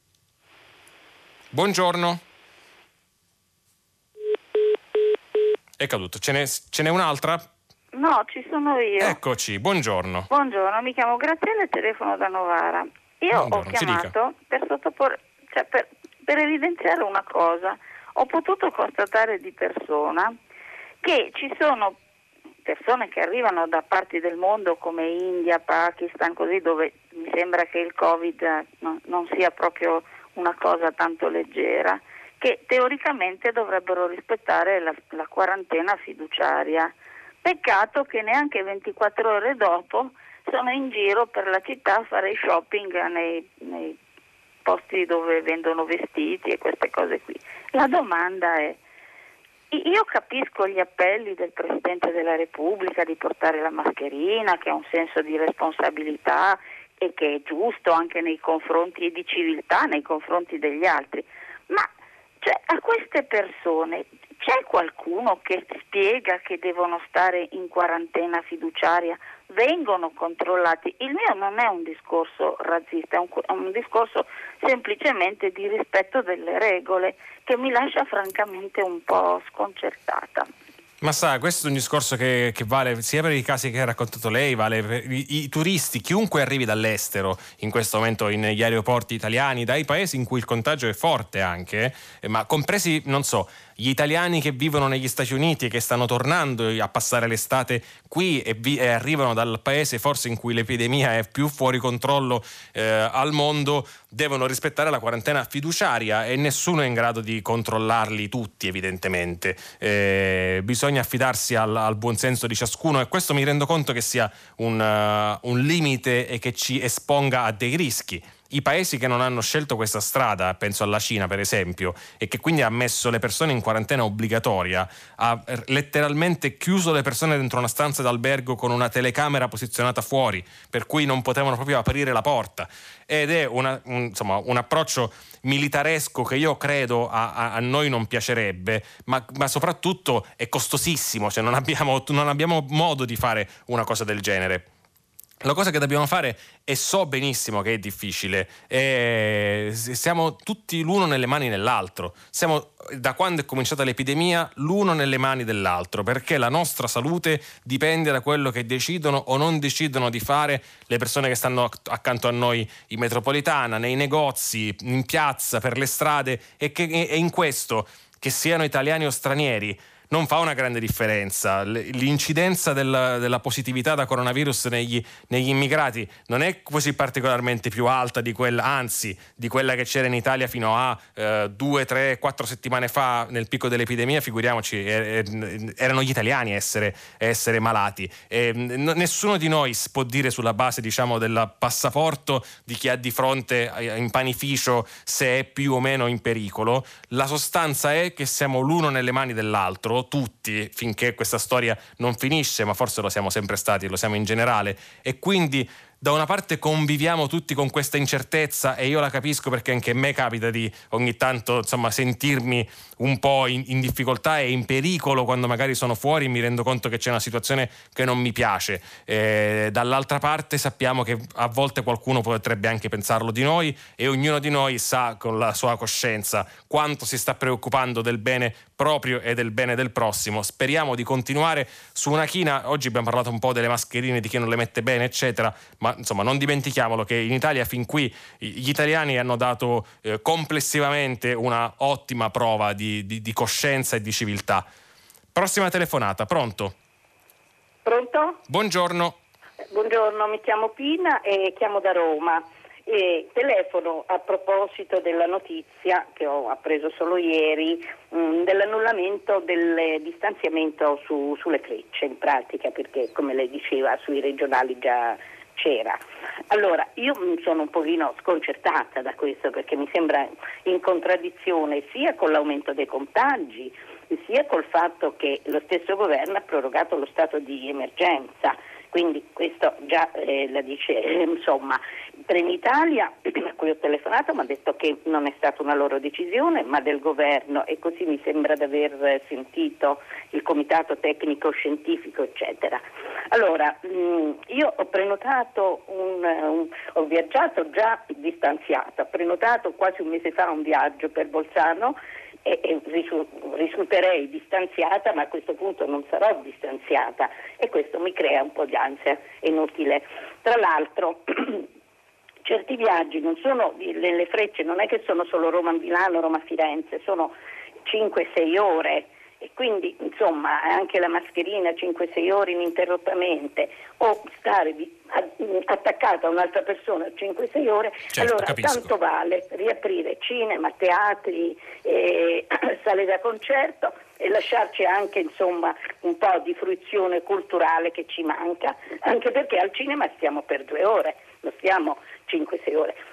Buongiorno. È caduto. Ce n'è, ce n'è un'altra? No, ci sono io. Eccoci, buongiorno. Buongiorno, mi chiamo Graziella e telefono da Novara. Io Buongiorno, ho chiamato per sottoporre, cioè per, per evidenziare una cosa. Ho potuto constatare di persona che ci sono persone che arrivano da parti del mondo come India, Pakistan, così, dove mi sembra che il Covid no, non sia proprio una cosa tanto leggera, che teoricamente dovrebbero rispettare la, la quarantena fiduciaria. Peccato che neanche ventiquattro ore dopo sono in giro per la città a fare shopping nei, nei posti dove vendono vestiti e queste cose qui. La domanda è: io capisco gli appelli del Presidente della Repubblica di portare la mascherina, che ha un senso di responsabilità, e che è giusto anche nei confronti e di civiltà nei confronti degli altri, ma cioè, a queste persone c'è qualcuno che spiega che devono stare in quarantena fiduciaria? Vengono controllati? Il mio non è un discorso razzista, è un, è un discorso semplicemente di rispetto delle regole che mi lascia francamente un po' sconcertata. Ma sa, questo è un discorso che, che vale sia per i casi che ha raccontato lei, vale per i, i turisti, chiunque arrivi dall'estero in questo momento negli aeroporti italiani, dai paesi in cui il contagio è forte anche, eh, ma compresi, non so, gli italiani che vivono negli Stati Uniti e che stanno tornando a passare l'estate qui e, vi, e arrivano dal paese forse in cui l'epidemia è più fuori controllo eh, al mondo, devono rispettare la quarantena fiduciaria e nessuno è in grado di controllarli tutti, evidentemente. Eh, bisogna affidarsi al, al buon senso di ciascuno, e questo mi rendo conto che sia un, uh, un limite e che ci esponga a dei rischi. I paesi che non hanno scelto questa strada, penso alla Cina per esempio, e che quindi ha messo le persone in quarantena obbligatoria, ha letteralmente chiuso le persone dentro una stanza d'albergo con una telecamera posizionata fuori, per cui non potevano proprio aprire la porta. Ed è una, un, insomma, un approccio militaresco che io credo a, a, a noi non piacerebbe, ma, ma soprattutto è costosissimo, cioè non abbiamo, non abbiamo modo di fare una cosa del genere. La cosa che dobbiamo fare, e so benissimo che è difficile, è, siamo tutti l'uno nelle mani dell'altro, siamo da quando è cominciata l'epidemia l'uno nelle mani dell'altro, perché la nostra salute dipende da quello che decidono o non decidono di fare le persone che stanno accanto a noi in metropolitana, nei negozi, in piazza, per le strade, e che è in questo, che siano italiani o stranieri, non fa una grande differenza. L'incidenza della, della positività da coronavirus negli, negli immigrati non è così particolarmente più alta di quella, anzi, di quella che c'era in Italia fino a eh, due, tre, quattro settimane fa nel picco dell'epidemia. Figuriamoci, er, erano gli italiani a essere, essere malati. E n- nessuno di noi può dire sulla base, diciamo, del passaporto di chi ha di fronte in panificio se è più o meno in pericolo. La sostanza è che siamo l'uno nelle mani dell'altro, tutti, finché questa storia non finisce, ma forse lo siamo sempre stati, lo siamo in generale, e quindi da una parte conviviamo tutti con questa incertezza, e io la capisco perché anche a me capita di ogni tanto, insomma, sentirmi un po' in, in difficoltà e in pericolo quando magari sono fuori e mi rendo conto che c'è una situazione che non mi piace. Eh, dall'altra parte sappiamo che a volte qualcuno potrebbe anche pensarlo di noi, e ognuno di noi sa con la sua coscienza quanto si sta preoccupando del bene proprio e del bene del prossimo. Speriamo di continuare su una china. Oggi abbiamo parlato un po' delle mascherine, di chi non le mette bene, eccetera, ma insomma non dimentichiamolo che in Italia fin qui gli italiani hanno dato eh, complessivamente una ottima prova di, di, di coscienza e di civiltà. Prossima telefonata, pronto? Pronto? Buongiorno. Buongiorno, mi chiamo Pina e chiamo da Roma. E telefono a proposito della notizia che ho appreso solo ieri mh, dell'annullamento del distanziamento su, sulle frecce, in pratica, perché come lei diceva sui regionali già c'era. Allora, io sono un pochino sconcertata da questo, perché mi sembra in contraddizione sia con l'aumento dei contagi, sia col fatto che lo stesso governo ha prorogato lo stato di emergenza. Quindi questo già eh, la dice, eh, insomma, Trenitalia, a cui ho telefonato, mi ha detto che non è stata una loro decisione, ma del governo, e così mi sembra di aver sentito il comitato tecnico scientifico, eccetera. Allora, mh, io ho prenotato, un, un, ho viaggiato già distanziata, ho prenotato quasi un mese fa un viaggio per Bolzano, e, e risulterei distanziata, ma a questo punto non sarò distanziata, e questo mi crea un po' di ansia inutile. Tra l'altro certi viaggi non sono, le, le frecce non è che sono solo Roma-Milano, Roma-Firenze, sono cinque sei ore, e quindi insomma anche la mascherina cinque sei ore ininterrottamente, o stare di, a, attaccata a un'altra persona cinque sei ore, certo, allora capisco. Tanto vale riaprire cinema, teatri, eh, sale da concerto, e lasciarci anche insomma un po' di fruizione culturale che ci manca, anche perché al cinema stiamo per due ore, non stiamo cinque sei ore.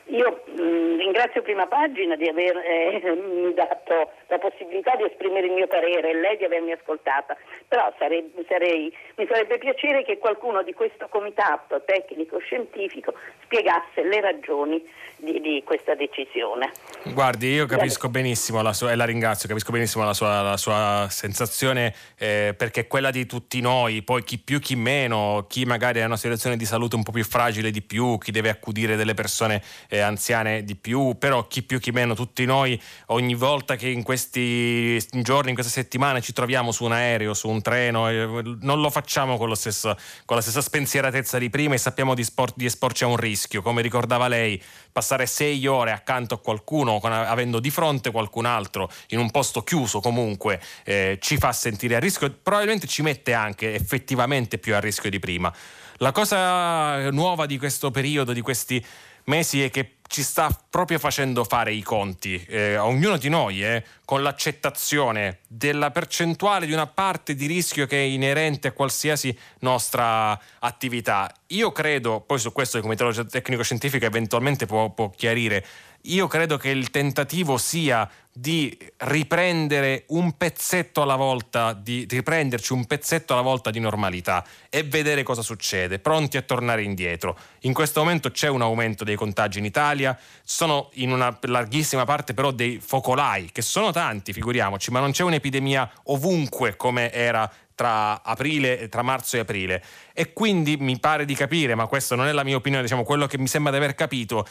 Io mh, ringrazio Prima Pagina di avermi eh, dato la possibilità di esprimere il mio parere e lei di avermi ascoltata, però sarei, sarei, mi farebbe piacere che qualcuno di questo comitato tecnico-scientifico spiegasse le ragioni di, di questa decisione. Guardi, io capisco benissimo la sua, e la ringrazio, capisco benissimo la sua, la sua sensazione, eh, perché è quella di tutti noi, poi chi più chi meno, chi magari ha una situazione di salute un po' più fragile di più, chi deve accudire delle persone eh, anziane di più, però chi più chi meno, tutti noi, ogni volta che in questi giorni, in queste settimane ci troviamo su un aereo, su un treno, eh, non lo facciamo con, lo stesso, con la stessa spensieratezza di prima e sappiamo di, sport, di esporci a un rischio, come ricordava lei, passare sei ore accanto a qualcuno, con, avendo di fronte qualcun altro in un posto chiuso comunque, eh, ci fa sentire a rischio, probabilmente ci mette anche effettivamente più a rischio di prima. La cosa nuova di questo periodo, di questi mesi, è che ci sta proprio facendo fare i conti eh, a ognuno di noi eh, con l'accettazione della percentuale di una parte di rischio che è inerente a qualsiasi nostra attività. Io credo, poi su questo il Comitato Tecnico Scientifico eventualmente può, può chiarire, io credo che il tentativo sia di riprendere un pezzetto alla volta, di riprenderci un pezzetto alla volta di normalità e vedere cosa succede, pronti a tornare indietro. In questo momento c'è un aumento dei contagi in Italia, sono in una larghissima parte però dei focolai, che sono tanti, figuriamoci, ma non c'è un'epidemia ovunque come era tra aprile, tra marzo e aprile, e quindi mi pare di capire, ma questa non è la mia opinione, diciamo quello che mi sembra di aver capito,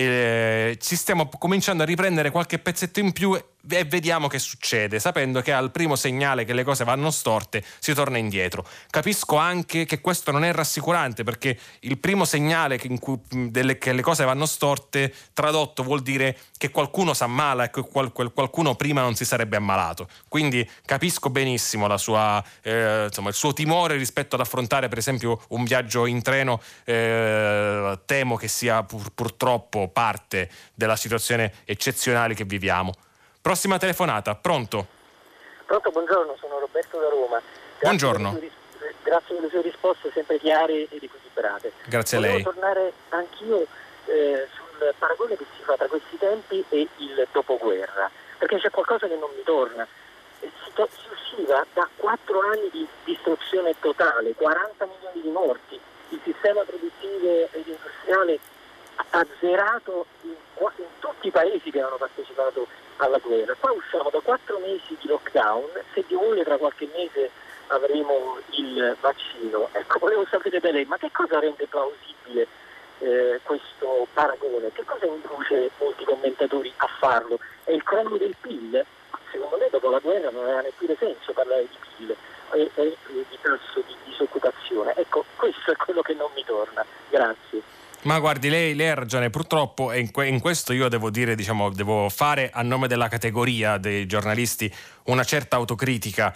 eh, ci stiamo cominciando a riprendere qualche pezzetto in più e vediamo che succede, sapendo che al primo segnale che le cose vanno storte si torna indietro. Capisco anche che questo non è rassicurante, perché il primo segnale che, in cui, delle, che le cose vanno storte, tradotto, vuol dire che qualcuno si ammala e che qual, quel qualcuno prima non si sarebbe ammalato. Quindi capisco benissimo la sua, eh, insomma, il suo timore rispetto ad affrontare per esempio un viaggio in treno. eh, temo che sia pur, purtroppo parte della situazione eccezionale che viviamo. Prossima telefonata, pronto? Pronto, buongiorno, sono Roberto da Roma. Grazie buongiorno. Per sue, grazie per le sue risposte sempre chiare ed equilibrate. Grazie a lei. Volevo tornare anch'io eh, sul paragone che si fa tra questi tempi e il dopoguerra, perché c'è qualcosa che non mi torna. Si, to- si usciva da quattro anni di distruzione totale, quaranta milioni di morti, il sistema produttivo ed industriale azzerato in, in tutti i paesi che hanno partecipato alla guerra. Poi usciamo da quattro mesi di lockdown, se Dio vuole tra qualche mese avremo il vaccino. Ecco, volevo sapere da lei, ma che cosa rende plausibile eh, questo paragone? Che cosa induce molti commentatori a farlo? È il crollo del P I L? Secondo me dopo la guerra non aveva neppure senso parlare di P I L e, e di tasso di disoccupazione. Ecco, questo è quello che non mi torna. Grazie. Ma guardi, lei, lei ha ragione, purtroppo, e in, que- in questo io devo dire, diciamo, devo fare a nome della categoria dei giornalisti una certa autocritica.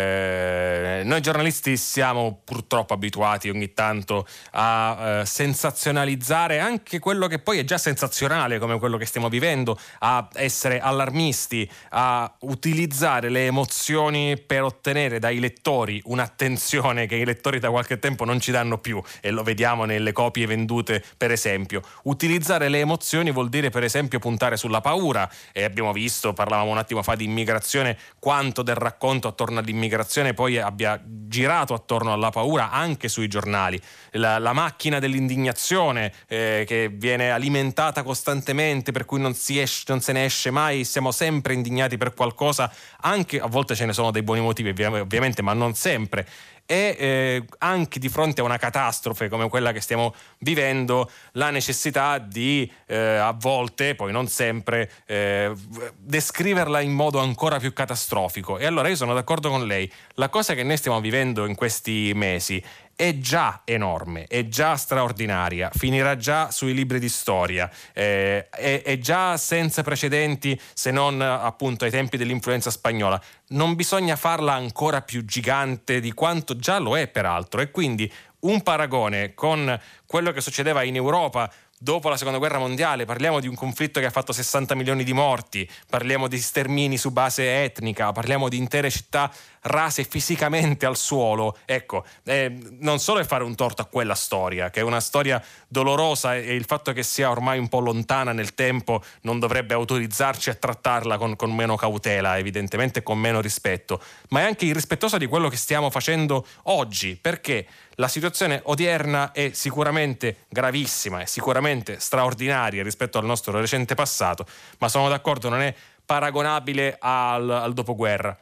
Eh, noi giornalisti siamo purtroppo abituati ogni tanto a eh, sensazionalizzare anche quello che poi è già sensazionale, come quello che stiamo vivendo, a essere allarmisti, a utilizzare le emozioni per ottenere dai lettori un'attenzione che i lettori da qualche tempo non ci danno più, e lo vediamo nelle copie vendute. Per esempio, utilizzare le emozioni vuol dire per esempio puntare sulla paura, e abbiamo visto, parlavamo un attimo fa di immigrazione, quanto del racconto attorno all'immigrazione poi abbia girato attorno alla paura anche sui giornali. La, la macchina dell'indignazione eh, che viene alimentata costantemente, per cui non, si esce, non se ne esce mai, siamo sempre indignati per qualcosa, anche a volte ce ne sono dei buoni motivi ovviamente, ma non sempre. E eh, anche di fronte a una catastrofe come quella che stiamo vivendo, la necessità di eh, a volte, poi non sempre, eh, descriverla in modo ancora più catastrofico. E allora io sono d'accordo con lei, la cosa che noi stiamo vivendo in questi mesi è già enorme, è già straordinaria, finirà già sui libri di storia, eh, è, è già senza precedenti, se non appunto ai tempi dell'influenza spagnola. Non bisogna farla ancora più gigante di quanto già lo è peraltro, e quindi un paragone con quello che succedeva in Europa dopo la seconda guerra mondiale, parliamo di un conflitto che ha fatto sessanta milioni di morti, parliamo di stermini su base etnica, parliamo di intere città rase fisicamente al suolo. Ecco, eh, non solo è fare un torto a quella storia, che è una storia dolorosa, e il fatto che sia ormai un po' lontana nel tempo non dovrebbe autorizzarci a trattarla con, con meno cautela, evidentemente con meno rispetto, ma è anche irrispettosa di quello che stiamo facendo oggi, perché la situazione odierna è sicuramente gravissima, è sicuramente straordinaria rispetto al nostro recente passato, ma sono d'accordo, non è paragonabile al, al dopoguerra.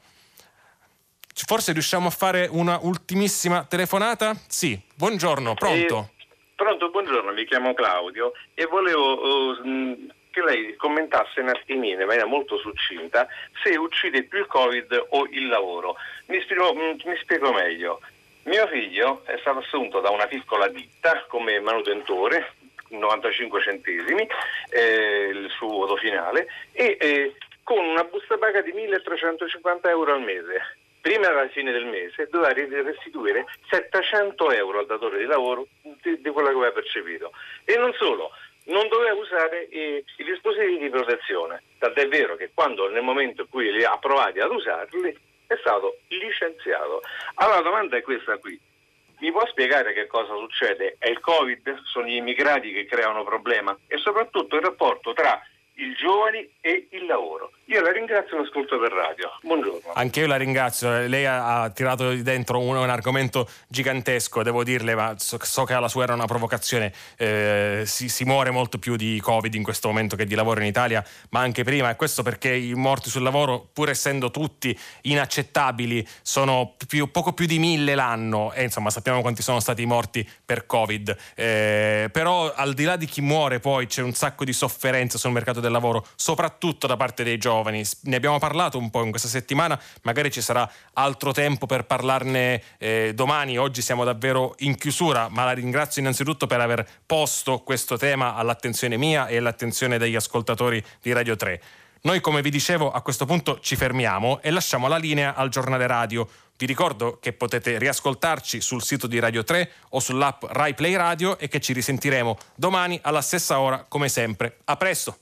Forse riusciamo a fare una ultimissima telefonata? Sì, buongiorno, pronto? Eh, pronto, buongiorno, mi chiamo Claudio e volevo uh, che lei commentasse un attimino in maniera molto succinta se uccide più il Covid o il lavoro. Mi spiego, mi spiego meglio. Mio figlio è stato assunto da una piccola ditta come manutentore, novantacinque centesimi, eh, il suo voto finale, e eh, con una busta paga di milletrecentocinquanta euro al mese. Prima della fine del mese doveva restituire settecento euro al datore di lavoro di, di quello che aveva percepito. E non solo, non doveva usare i, i dispositivi di protezione. Tant'è vero che quando nel momento in cui li ha provati ad usarli è stato licenziato. Allora la domanda è questa qui. Mi può spiegare che cosa succede? È il Covid? Sono gli immigrati che creano problema? E soprattutto il rapporto tra i giovani e il lavoro. Io la ringrazio e l'ascolto per radio. Buongiorno. Anche io la ringrazio. Lei ha, ha tirato dentro un, un argomento gigantesco, devo dirle, ma so, so che alla sua era una provocazione. Eh, si, si muore molto più di Covid in questo momento che di lavoro in Italia, ma anche prima, e questo perché i morti sul lavoro, pur essendo tutti inaccettabili, sono più, poco più di mille l'anno, e insomma sappiamo quanti sono stati i morti per Covid. Eh, però al di là di chi muore, poi c'è un sacco di sofferenza sul mercato del lavoro, soprattutto da parte dei giovani. Ne abbiamo parlato un po' in questa settimana, magari ci sarà altro tempo per parlarne eh, domani. Oggi siamo davvero in chiusura, ma la ringrazio innanzitutto per aver posto questo tema all'attenzione mia e all'attenzione degli ascoltatori di Radio tre. Noi, come vi dicevo, a questo punto ci fermiamo e lasciamo la linea al giornale radio. Vi ricordo che potete riascoltarci sul sito di Radio tre o sull'app Rai Play Radio e che ci risentiremo domani alla stessa ora come sempre. A presto!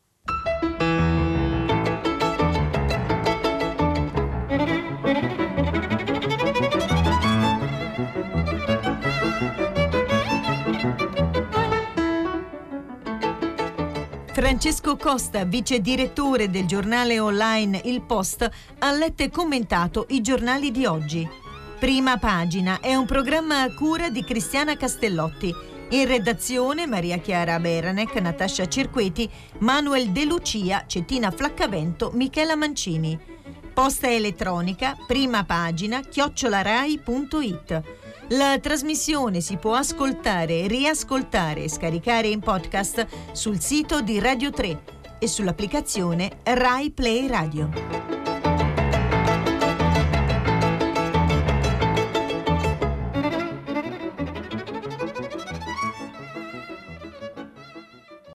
Francesco Costa, vice direttore del giornale online Il Post, ha letto e commentato i giornali di oggi. Prima Pagina è un programma a cura di Cristiana Castellotti. In redazione Maria Chiara Beranec, Natascia Cirqueti, Manuel De Lucia, Cettina Flaccavento, Michela Mancini. Posta elettronica prima pagina chiocciolarai punto it. La trasmissione si può ascoltare, riascoltare e scaricare in podcast sul sito di Radio tre e sull'applicazione Rai Play Radio.